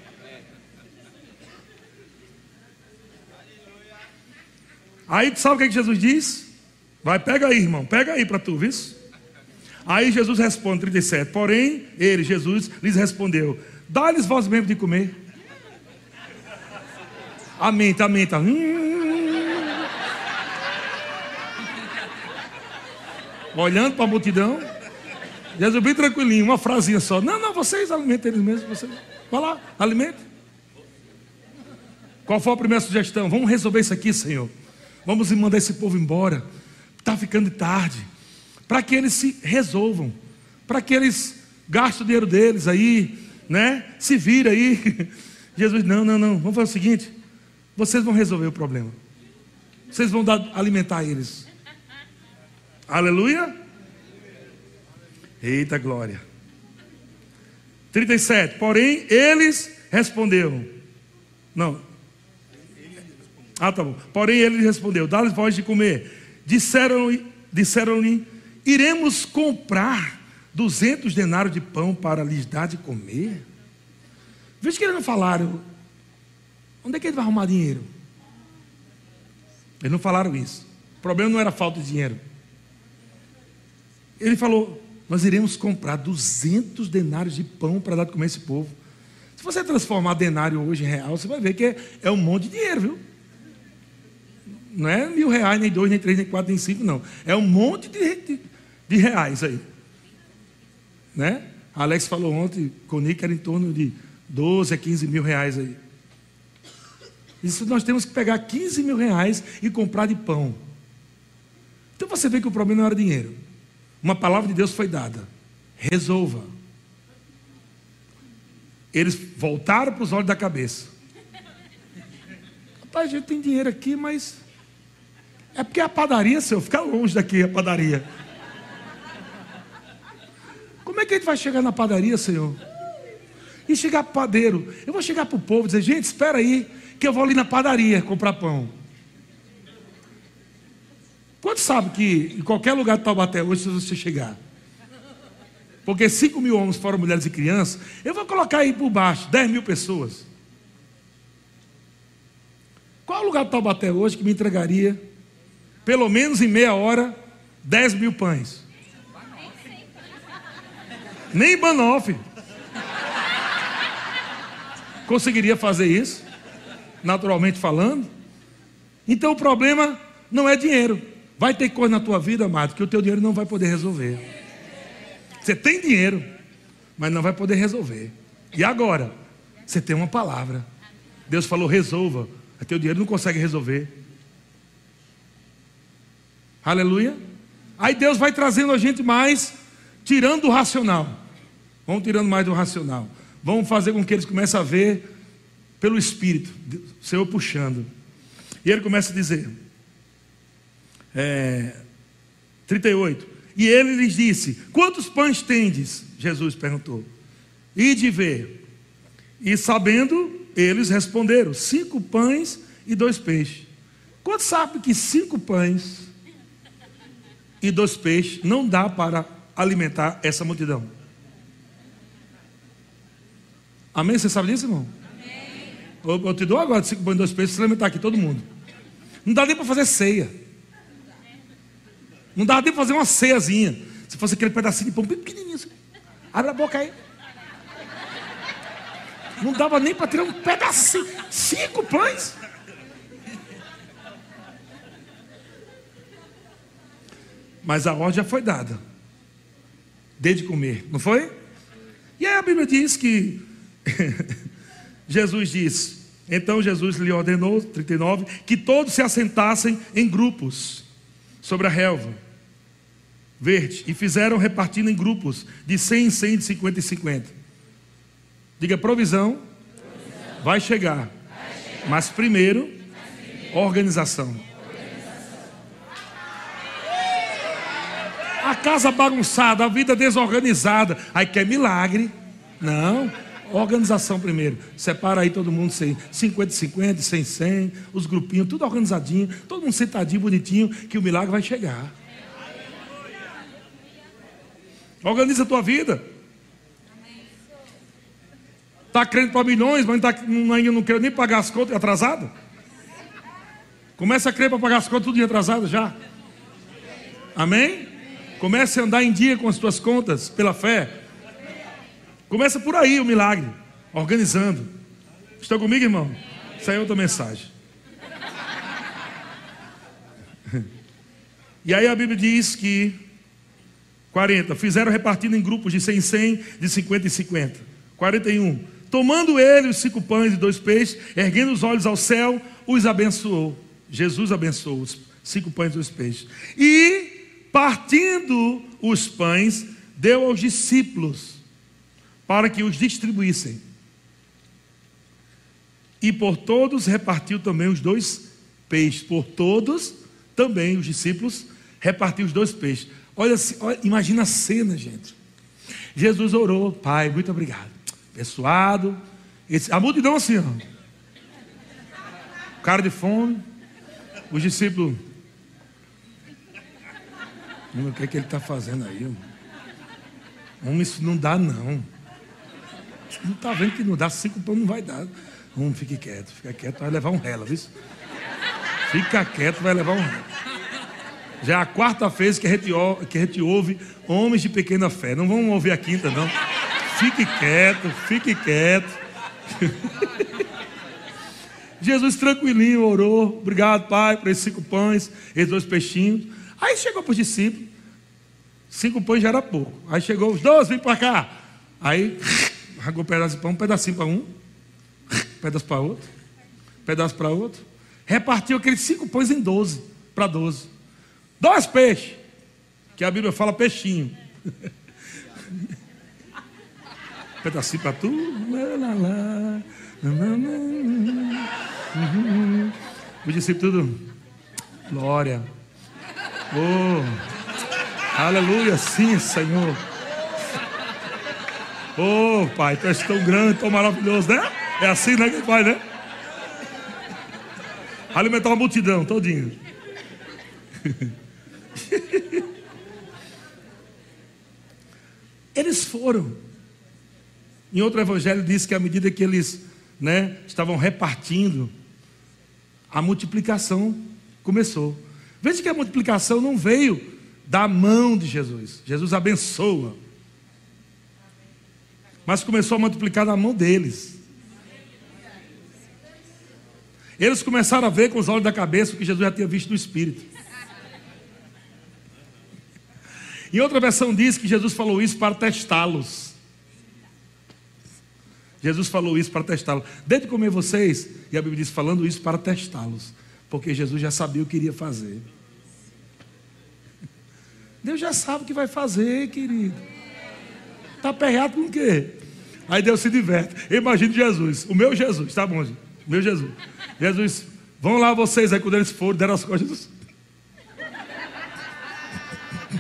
S1: Aí tu sabe o que, é que Jesus diz? Vai, pega aí, irmão, pega aí para tu, viu? Aí Jesus responde, trinta e sete. Porém, ele, Jesus, lhes respondeu: dá-lhes vós mesmo de comer. Amém, tá, amém, tá. Hum. Olhando para a multidão, Jesus bem tranquilinho, uma frasinha só. Não, não, vocês alimentem eles mesmos. Vocês. Vai lá, alimente. Qual foi a primeira sugestão? Vamos resolver isso aqui, Senhor. Vamos mandar esse povo embora. Está ficando tarde. Para que eles se resolvam. Para que eles gastem o dinheiro deles aí, né? Se vira aí. Jesus, não, não, não. Vamos fazer o seguinte: vocês vão resolver o problema. Vocês vão dar, alimentar eles. Aleluia. Eita glória. trinta e sete. Porém, eles responderam. Não. Ah, tá bom. Porém, ele respondeu: dá-lhes vós de comer. Disseram-lhe, disseram-lhe: iremos comprar duzentos denários de pão para lhes dar de comer. Veja que eles não falaram. Onde é que ele vai arrumar dinheiro? Eles não falaram isso. O problema não era falta de dinheiro. Ele falou: nós iremos comprar duzentos denários de pão para dar de comer esse povo. Se você transformar denário hoje em real, você vai ver que é, é um monte de dinheiro, viu? Não é mil reais, nem dois, nem três, nem quatro, nem cinco, não. É um monte de, de, de reais aí. Né? A Alex falou ontem, comigo, que era em torno de doze a quinze mil reais aí. Isso nós temos que pegar quinze mil reais e comprar de pão. Então você vê que o problema não era dinheiro. Uma palavra de Deus foi dada: resolva. Eles voltaram para os olhos da cabeça. Rapaz, a gente tem dinheiro aqui, mas é porque a padaria, senhor, fica longe daqui a padaria. Como é que a gente vai chegar na padaria, Senhor? E chegar para o padeiro. Eu vou chegar para o povo e dizer: gente, espera aí, que eu vou ali na padaria comprar pão. Quantos sabem que em qualquer lugar de Taubaté hoje, se você chegar, porque cinco mil homens fora mulheres e crianças, eu vou colocar aí por baixo dez mil pessoas. Qual é o lugar de Taubaté hoje que me entregaria, pelo menos em meia hora, dez mil pães? Nem Banoff conseguiria fazer isso, naturalmente falando. Então o problema não é dinheiro. Vai ter coisa na tua vida, amado, que o teu dinheiro não vai poder resolver. Você tem dinheiro, mas não vai poder resolver. E agora? Você tem uma palavra. Deus falou: resolva. O teu dinheiro não consegue resolver. Aleluia. Aí Deus vai trazendo a gente mais, tirando do racional. Vamos tirando mais do racional. Vamos fazer com que eles comecem a ver pelo Espírito, o Senhor puxando. E ele começa a dizer: é, trinta e oito. E ele lhes disse: quantos pães tendes? Jesus perguntou. Ide ver. E sabendo, eles responderam: cinco pães e dois peixes. Quantos sabem que cinco pães e dois peixes não dá para alimentar essa multidão? Amém? Você sabe disso, irmão? Amém. Eu, eu te dou agora de cinco pães e dois peixes para alimentar aqui todo mundo. Não dá nem para fazer ceia. Não dá nem para fazer uma ceiazinha. Se fosse aquele pedacinho de pão bem pequenininho assim. Abre a boca aí. Não dava nem para tirar um pedacinho. Cinco pães. Mas a ordem já foi dada. Dê de comer, não foi? E aí a Bíblia diz que Jesus disse, então Jesus lhe ordenou, trinta e nove, que todos se assentassem em grupos sobre a relva verde, e fizeram repartindo em grupos de cem em cem, de cinquenta em cinquenta. Diga: provisão, provisão. Vai, chegar. vai chegar, mas primeiro, mas primeiro organização. organização. A casa bagunçada, a vida desorganizada, aí quer milagre. Não, organização primeiro. Separa aí todo mundo, cinquenta, cinquenta, cem, cem, os grupinhos, tudo organizadinho, todo mundo sentadinho, bonitinho, que o milagre vai chegar. Organiza a tua vida. Está crendo para milhões, mas tá, ainda não quer nem pagar as contas atrasado? Começa a crer para pagar as contas tudo atrasado já. Amém? Comece a andar em dia com as tuas contas pela fé. Começa por aí o milagre, organizando. Estão comigo, irmão? Isso aí é outra mensagem. E aí a Bíblia diz que quarenta, fizeram repartindo em grupos de cem em cem, de cinquenta em cinquenta. quarenta e um, tomando ele os cinco pães e dois peixes, erguendo os olhos ao céu, os abençoou. Jesus abençoou os cinco pães e dois peixes. E, partindo os pães, deu aos discípulos, para que os distribuíssem. E por todos repartiu também os dois peixes. Por todos também os discípulos repartiu os dois peixes. Olha, olha, imagina a cena, gente. Jesus orou: Pai, muito obrigado. Abençoado. Esse, a multidão assim, ó. Cara de fome. Os discípulos. O que é que ele está fazendo aí? Homem, isso não dá não. Não está vendo que não dá, cinco pão não vai dar. Homem, fique quieto, fica quieto, vai levar um rela, viu? Fica quieto, vai levar um rela. Já é a quarta vez que a gente, que a gente ouve homens de pequena fé. Não vamos ouvir a quinta, não. Fique quieto, fique quieto. Jesus tranquilinho orou: obrigado, Pai, por esses cinco pães, esses dois peixinhos. Aí chegou para os discípulos. Cinco pães já era pouco. Aí chegou os doze, vem para cá. Aí rasgou um pedaço de pão, um pedacinho para um, um pedaço para outro, um pedaço para outro. Repartiu aqueles cinco pães em doze, para doze. Dois peixes, que a Bíblia fala peixinho. Pedacinho para tu. O discípulo tudo. Glória. Oh, aleluia, sim, Senhor. Oh, Pai, tu és tão grande, tão maravilhoso, né? É assim, né, que faz, né? Alimentar uma multidão todinho. Eles foram. Em outro evangelho diz que à medida que eles, né, estavam repartindo, a multiplicação começou. Veja que a multiplicação não veio da mão de Jesus. Jesus abençoa. Mas começou a multiplicar na mão deles. Eles começaram a ver com os olhos da cabeça o que Jesus já tinha visto no Espírito. Em outra versão diz que Jesus falou isso para testá-los. Jesus falou isso para testá-los. Desde comer vocês, e a Bíblia diz falando isso para testá-los. Porque Jesus já sabia o que iria fazer. Deus já sabe o que vai fazer, querido. Está aperreado com o quê? Aí Deus se diverte. Imagine Jesus, o meu Jesus, tá bom, gente? O meu Jesus. Jesus, vão lá vocês aí, quando eles foram, deram as costas.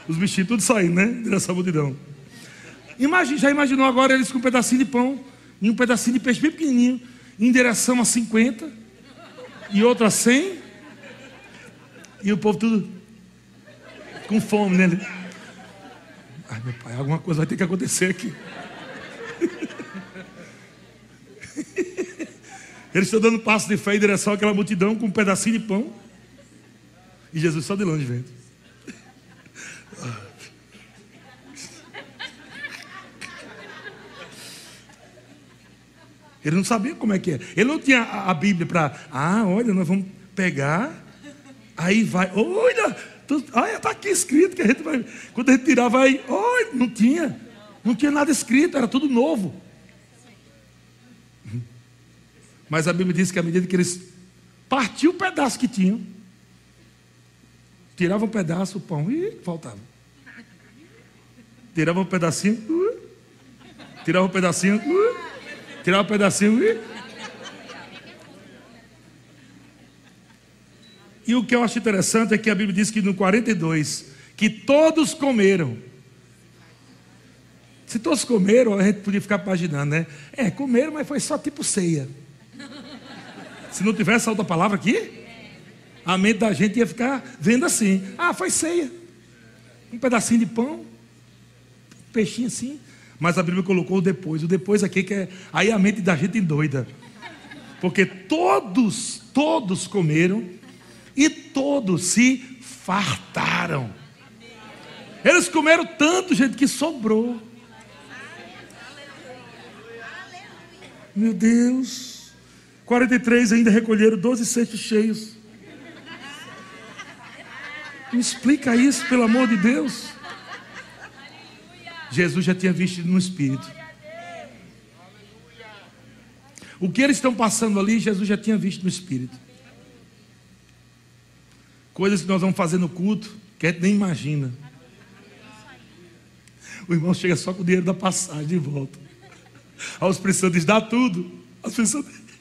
S1: Os bichinhos tudo saindo, né? Dessa multidão. Imagina, já imaginou agora eles com um pedacinho de pão e um pedacinho de peixe bem pequenininho, em direção a cinquenta e outro a cem, e o povo tudo com fome, né? Ai, meu pai, alguma coisa vai ter que acontecer aqui. Eles estão dando passo de fé em direção àquela multidão com um pedacinho de pão, e Jesus só de longe vendo. Ele não sabia como é que é. Ele não tinha a Bíblia para... Ah, olha, nós vamos pegar. Aí vai... Olha, está aqui escrito que a gente vai... Quando a gente tirar, vai... Olha, não tinha. Não tinha nada escrito, era tudo novo. Mas a Bíblia diz que à medida que eles partiam o pedaço que tinham, tiravam um pedaço, o pão, e faltava. Tiravam um pedacinho, uh, tiravam um pedacinho, uh, tiravam um pedacinho, uh. E o que eu acho interessante é que a Bíblia diz que no quarenta e dois, que todos comeram. Se todos comeram, a gente podia ficar imaginando, né? É, comeram, mas foi só tipo ceia. Se não tivesse outra palavra aqui, a mente da gente ia ficar vendo assim. Ah, foi ceia. Um pedacinho de pão, um peixinho assim. Mas a Bíblia colocou o depois. O depois aqui que é... Aí a mente da gente endoida. Porque todos, todos comeram e todos se fartaram. Eles comeram tanto, gente, que sobrou. Meu Deus. quarenta e três ainda recolheram doze cestos cheios. Me explica isso, pelo amor de Deus. Jesus já tinha visto no Espírito. O que eles estão passando ali, Jesus já tinha visto no Espírito. Coisas que nós vamos fazer no culto, que a gente nem imagina. O irmão chega só com o dinheiro da passagem de volta. Aí os precisam diz, dá tudo. As pessoas...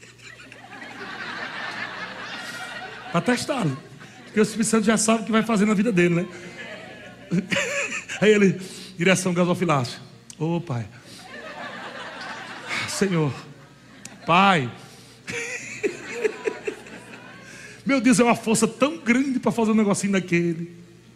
S1: Para testá-lo. Porque o Espírito Santo já sabe o que vai fazer na vida dele, né? Aí ele, direção gasofilácio. Ô, Pai. Senhor. Pai. Meu Deus, é uma força tão grande para fazer um negocinho daquele.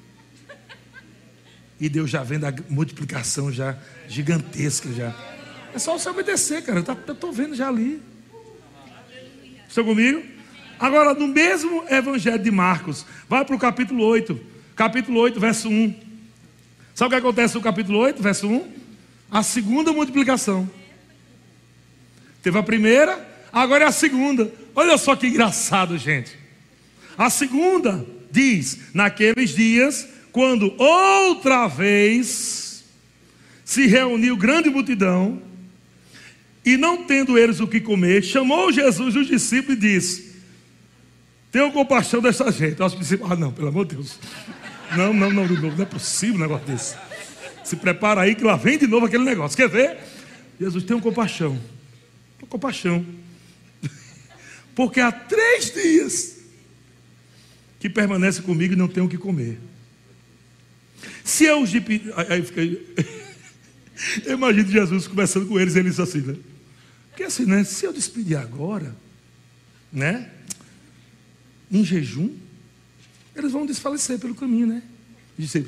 S1: E Deus já vendo a multiplicação já gigantesca já. É só você obedecer, cara. Eu estou vendo já ali. Estão comigo? Agora, no mesmo Evangelho de Marcos, vai para o capítulo oito. Capítulo oito, verso um. Sabe o que acontece no capítulo oito, verso um? A segunda multiplicação. Teve a primeira, agora é a segunda. Olha só que engraçado, gente. A segunda diz, naqueles dias, quando outra vez se reuniu grande multidão, e não tendo eles o que comer, chamou Jesus os discípulos e disse: tenham compaixão dessa gente. Os discípulos, ah não, pelo amor de Deus. Não, não, não, de novo, não é possível um negócio desse. Se prepara aí que lá vem de novo aquele negócio. Quer ver? Jesus, tenham compaixão. Tenham compaixão. Porque há três dias que permanece comigo e não tem o que comer. Se eu os pedir... Aí eu fiquei... Eu imagino Jesus conversando com eles, ele disse assim, né? Porque assim, né? Se eu despedir agora, né? Em jejum, eles vão desfalecer pelo caminho, né? E disse,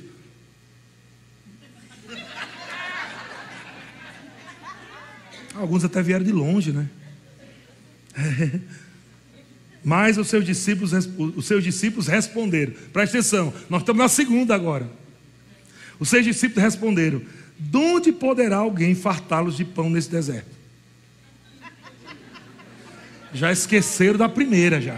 S1: alguns até vieram de longe, né? É. Mas os seus discípulos, os seus discípulos responderam. Presta atenção, nós estamos na segunda agora. Os seus discípulos responderam: de onde poderá alguém fartá-los de pão nesse deserto? Já esqueceram da primeira já.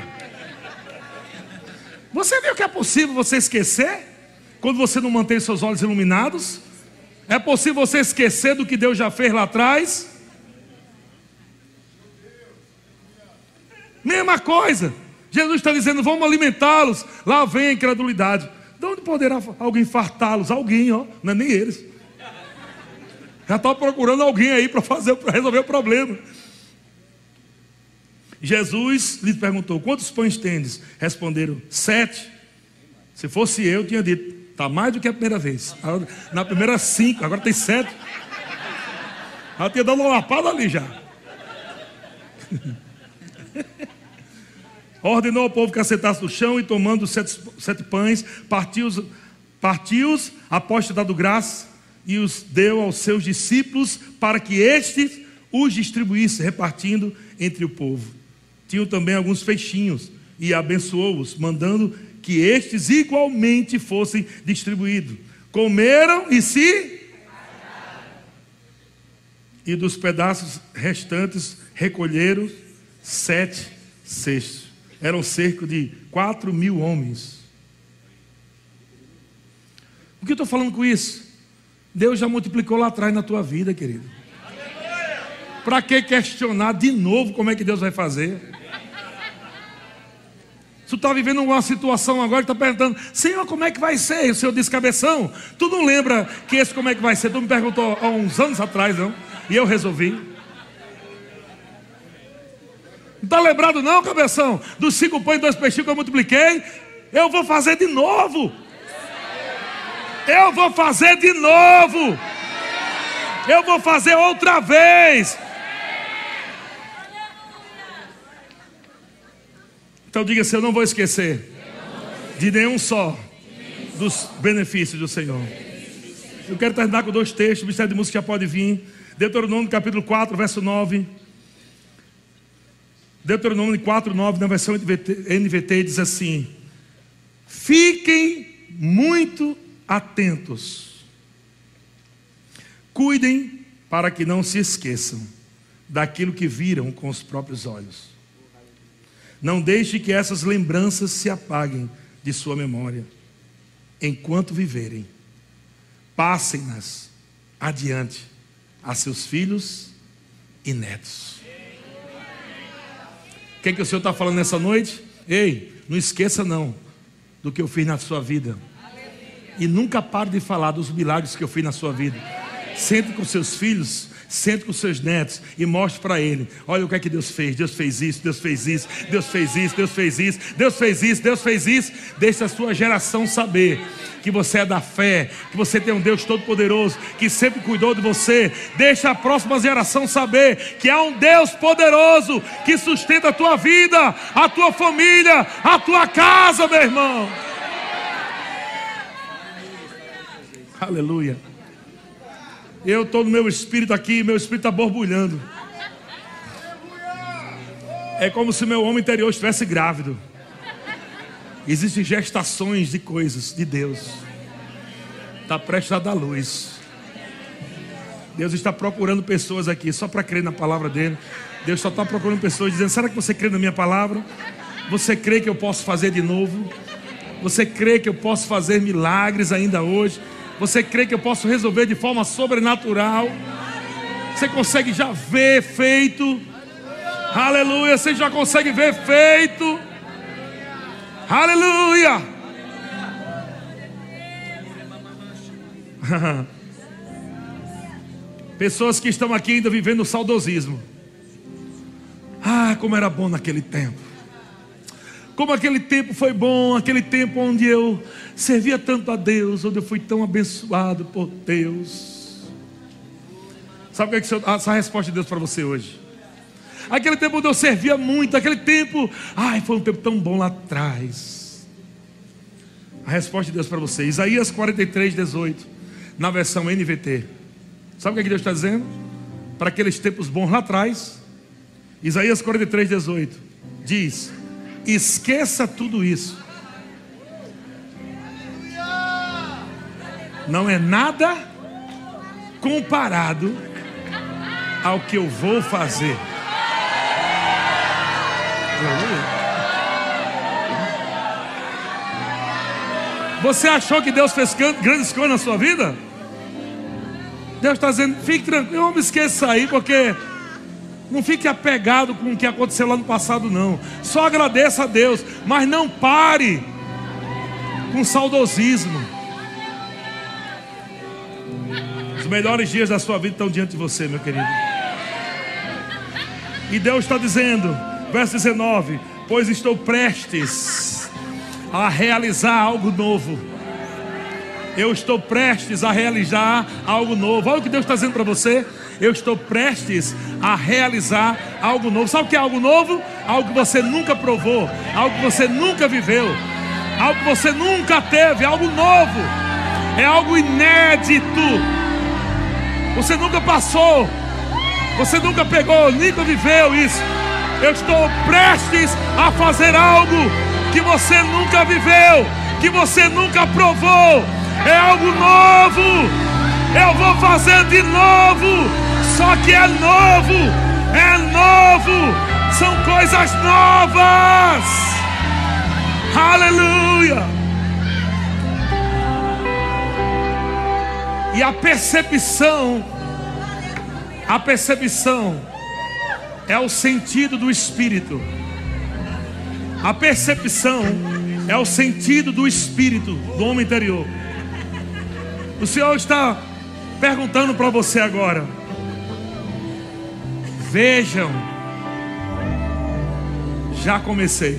S1: Você viu que é possível você esquecer quando você não mantém seus olhos iluminados? É possível você esquecer do que Deus já fez lá atrás? Mesma coisa. Jesus está dizendo, vamos alimentá-los. Lá vem a incredulidade. De onde poderá alguém fartá-los? Alguém, ó, não é nem eles. Já está procurando alguém aí para fazer, para resolver o problema. Jesus lhes perguntou: quantos pães tendes? Responderam: sete. Se fosse eu, tinha dito: Está mais do que a primeira vez. Na primeira, cinco, agora tem sete. Ela tinha dado uma lapada ali já. Ordenou ao povo que assentasse no chão e, tomando os sete, sete pães, partiu-os, partiu-os após ter dado graça, e os deu aos seus discípulos para que estes os distribuíssem, repartindo entre o povo. Tinham também alguns feixinhos e abençoou-os, mandando que estes igualmente fossem distribuídos. Comeram e se... E dos pedaços restantes recolheram sete cestos. Eram cerca de quatro mil homens. O que eu estou falando com isso? Deus já multiplicou lá atrás na tua vida, querido. Para que questionar de novo como é que Deus vai fazer? Se tu está vivendo uma situação agora e está perguntando, Senhor, como é que vai ser? E o Senhor disse, cabeção, tu não lembra que esse como é que vai ser? Tu me perguntou há uns anos atrás, não? E eu resolvi. Não está lembrado não, cabeção? Dos cinco pães e dois peixinhos que eu multipliquei? Eu vou fazer de novo. Eu vou fazer de novo. Eu vou fazer outra vez. Então diga assim, eu não vou esquecer de nenhum só dos benefícios do Senhor. Eu quero terminar com dois textos, o Ministério de Música já pode vir. Deuteronômio capítulo quatro, verso nove. Deuteronômio quatro, nove, na versão N V T, diz assim: fiquem muito atentos, cuidem para que não se esqueçam daquilo que viram com os próprios olhos. Não deixe que essas lembranças se apaguem de sua memória. Enquanto viverem, passem-nas adiante a seus filhos e netos. O que é que o Senhor está falando nessa noite? Ei, não esqueça não do que eu fiz na sua vida. E nunca pare de falar dos milagres que eu fiz na sua vida. Sente com seus filhos, sente com seus netos e mostre para ele: olha o que é que Deus fez. Deus fez isso, Deus fez isso, Deus fez isso, Deus fez isso, Deus fez isso, Deus fez isso. Deixe a sua geração saber que você é da fé, que você tem um Deus todo-poderoso, que sempre cuidou de você. Deixa a próxima geração saber que há um Deus poderoso que sustenta a tua vida, a tua família, a tua casa, meu irmão. Aleluia. Eu estou no meu espírito aqui, meu espírito está borbulhando. É como se meu homem interior estivesse grávido. Existem gestações de coisas de Deus. Está prestes a dar luz. Deus está procurando pessoas aqui só para crer na palavra dele. Deus só está procurando pessoas dizendo: será que você crê na minha palavra? Você crê que eu posso fazer de novo? Você crê que eu posso fazer milagres ainda hoje? Você crê que eu posso resolver de forma sobrenatural? Você consegue já ver feito? Aleluia, você já consegue ver feito? Aleluia. Pessoas que estão aqui ainda vivendo o saudosismo. Ah, como era bom naquele tempo. Como aquele tempo foi bom, aquele tempo onde eu servia tanto a Deus, onde eu fui tão abençoado por Deus. Sabe o que é que eu, essa é a resposta de Deus para você hoje? Aquele tempo onde eu servia muito, aquele tempo, ai, foi um tempo tão bom lá atrás. A resposta de Deus para você, Isaías quarenta e três, dezoito, na versão N V T. Sabe o que é que Deus está dizendo? Para aqueles tempos bons lá atrás, Isaías quarenta e três, dezoito, diz: esqueça tudo isso. Não é nada comparado ao que eu vou fazer. Você achou que Deus fez grandes coisas na sua vida? Deus está dizendo: fique tranquilo, não me esqueça aí, porque não fique apegado com o que aconteceu lá no passado, não. Só agradeça a Deus, mas não pare com saudosismo. Os melhores dias da sua vida estão diante de você, meu querido. E Deus está dizendo, verso dezenove: pois estou prestes a realizar algo novo. Eu estou prestes a realizar algo novo. Olha o que Deus está dizendo para você. Eu estou prestes a realizar algo novo. Sabe o que é algo novo? Algo que você nunca provou, algo que você nunca viveu, algo que você nunca teve, algo novo. É algo inédito. Você nunca passou, você nunca pegou, nunca viveu isso. Eu estou prestes a fazer algo que você nunca viveu, que você nunca provou. É algo novo. Eu vou fazer de novo. Só que é novo. É novo. São coisas novas. Aleluia. E a percepção, a percepção é o sentido do Espírito. A percepção é o sentido do Espírito, do homem interior. O Senhor está perguntando para você agora: vejam, já comecei.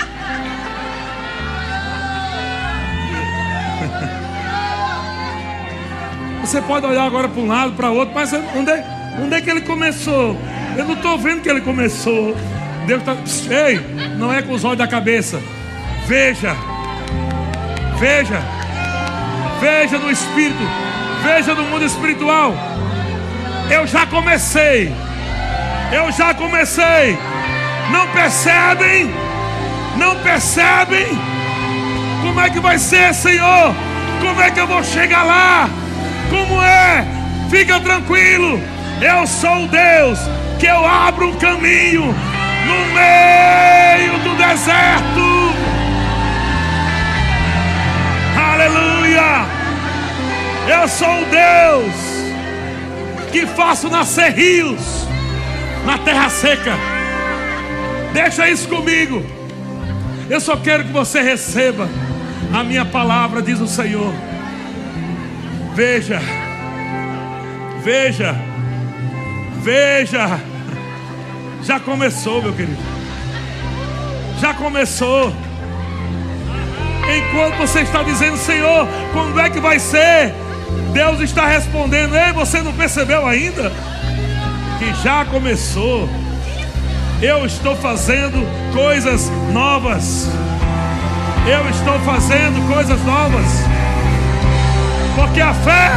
S1: Você pode olhar agora para um lado, para o outro, mas onde é, onde é que ele começou? Eu não estou vendo que ele começou. Deus está... Ei, não é com os olhos da cabeça. Veja, veja, veja no Espírito, veja no mundo espiritual. Eu já comecei. Eu já comecei. Não percebem? Não percebem? Como é que vai ser, Senhor? Como é que eu vou chegar lá? Como é? Fica tranquilo. Eu sou o Deus que eu abro um caminho no meio do deserto. Aleluia. Eu sou o Deus que faço nascer rios na terra seca. Deixa isso comigo. Eu só quero que você receba a minha palavra, diz o Senhor. Veja, veja, veja. Já começou, meu querido. Já começou. Enquanto você está dizendo: Senhor, quando é que vai ser? Deus está respondendo: ei, você não percebeu ainda? Que já começou. Eu estou fazendo coisas novas. Eu estou fazendo coisas novas. Porque a fé,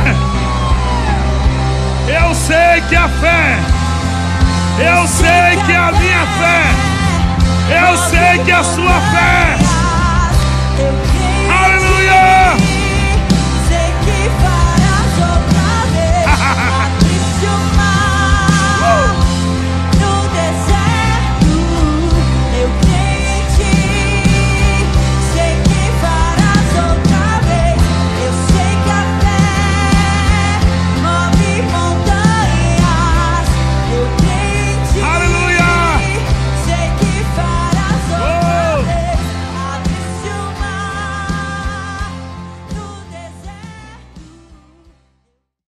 S1: eu sei que a fé, eu sei que a minha fé, eu sei que a sua fé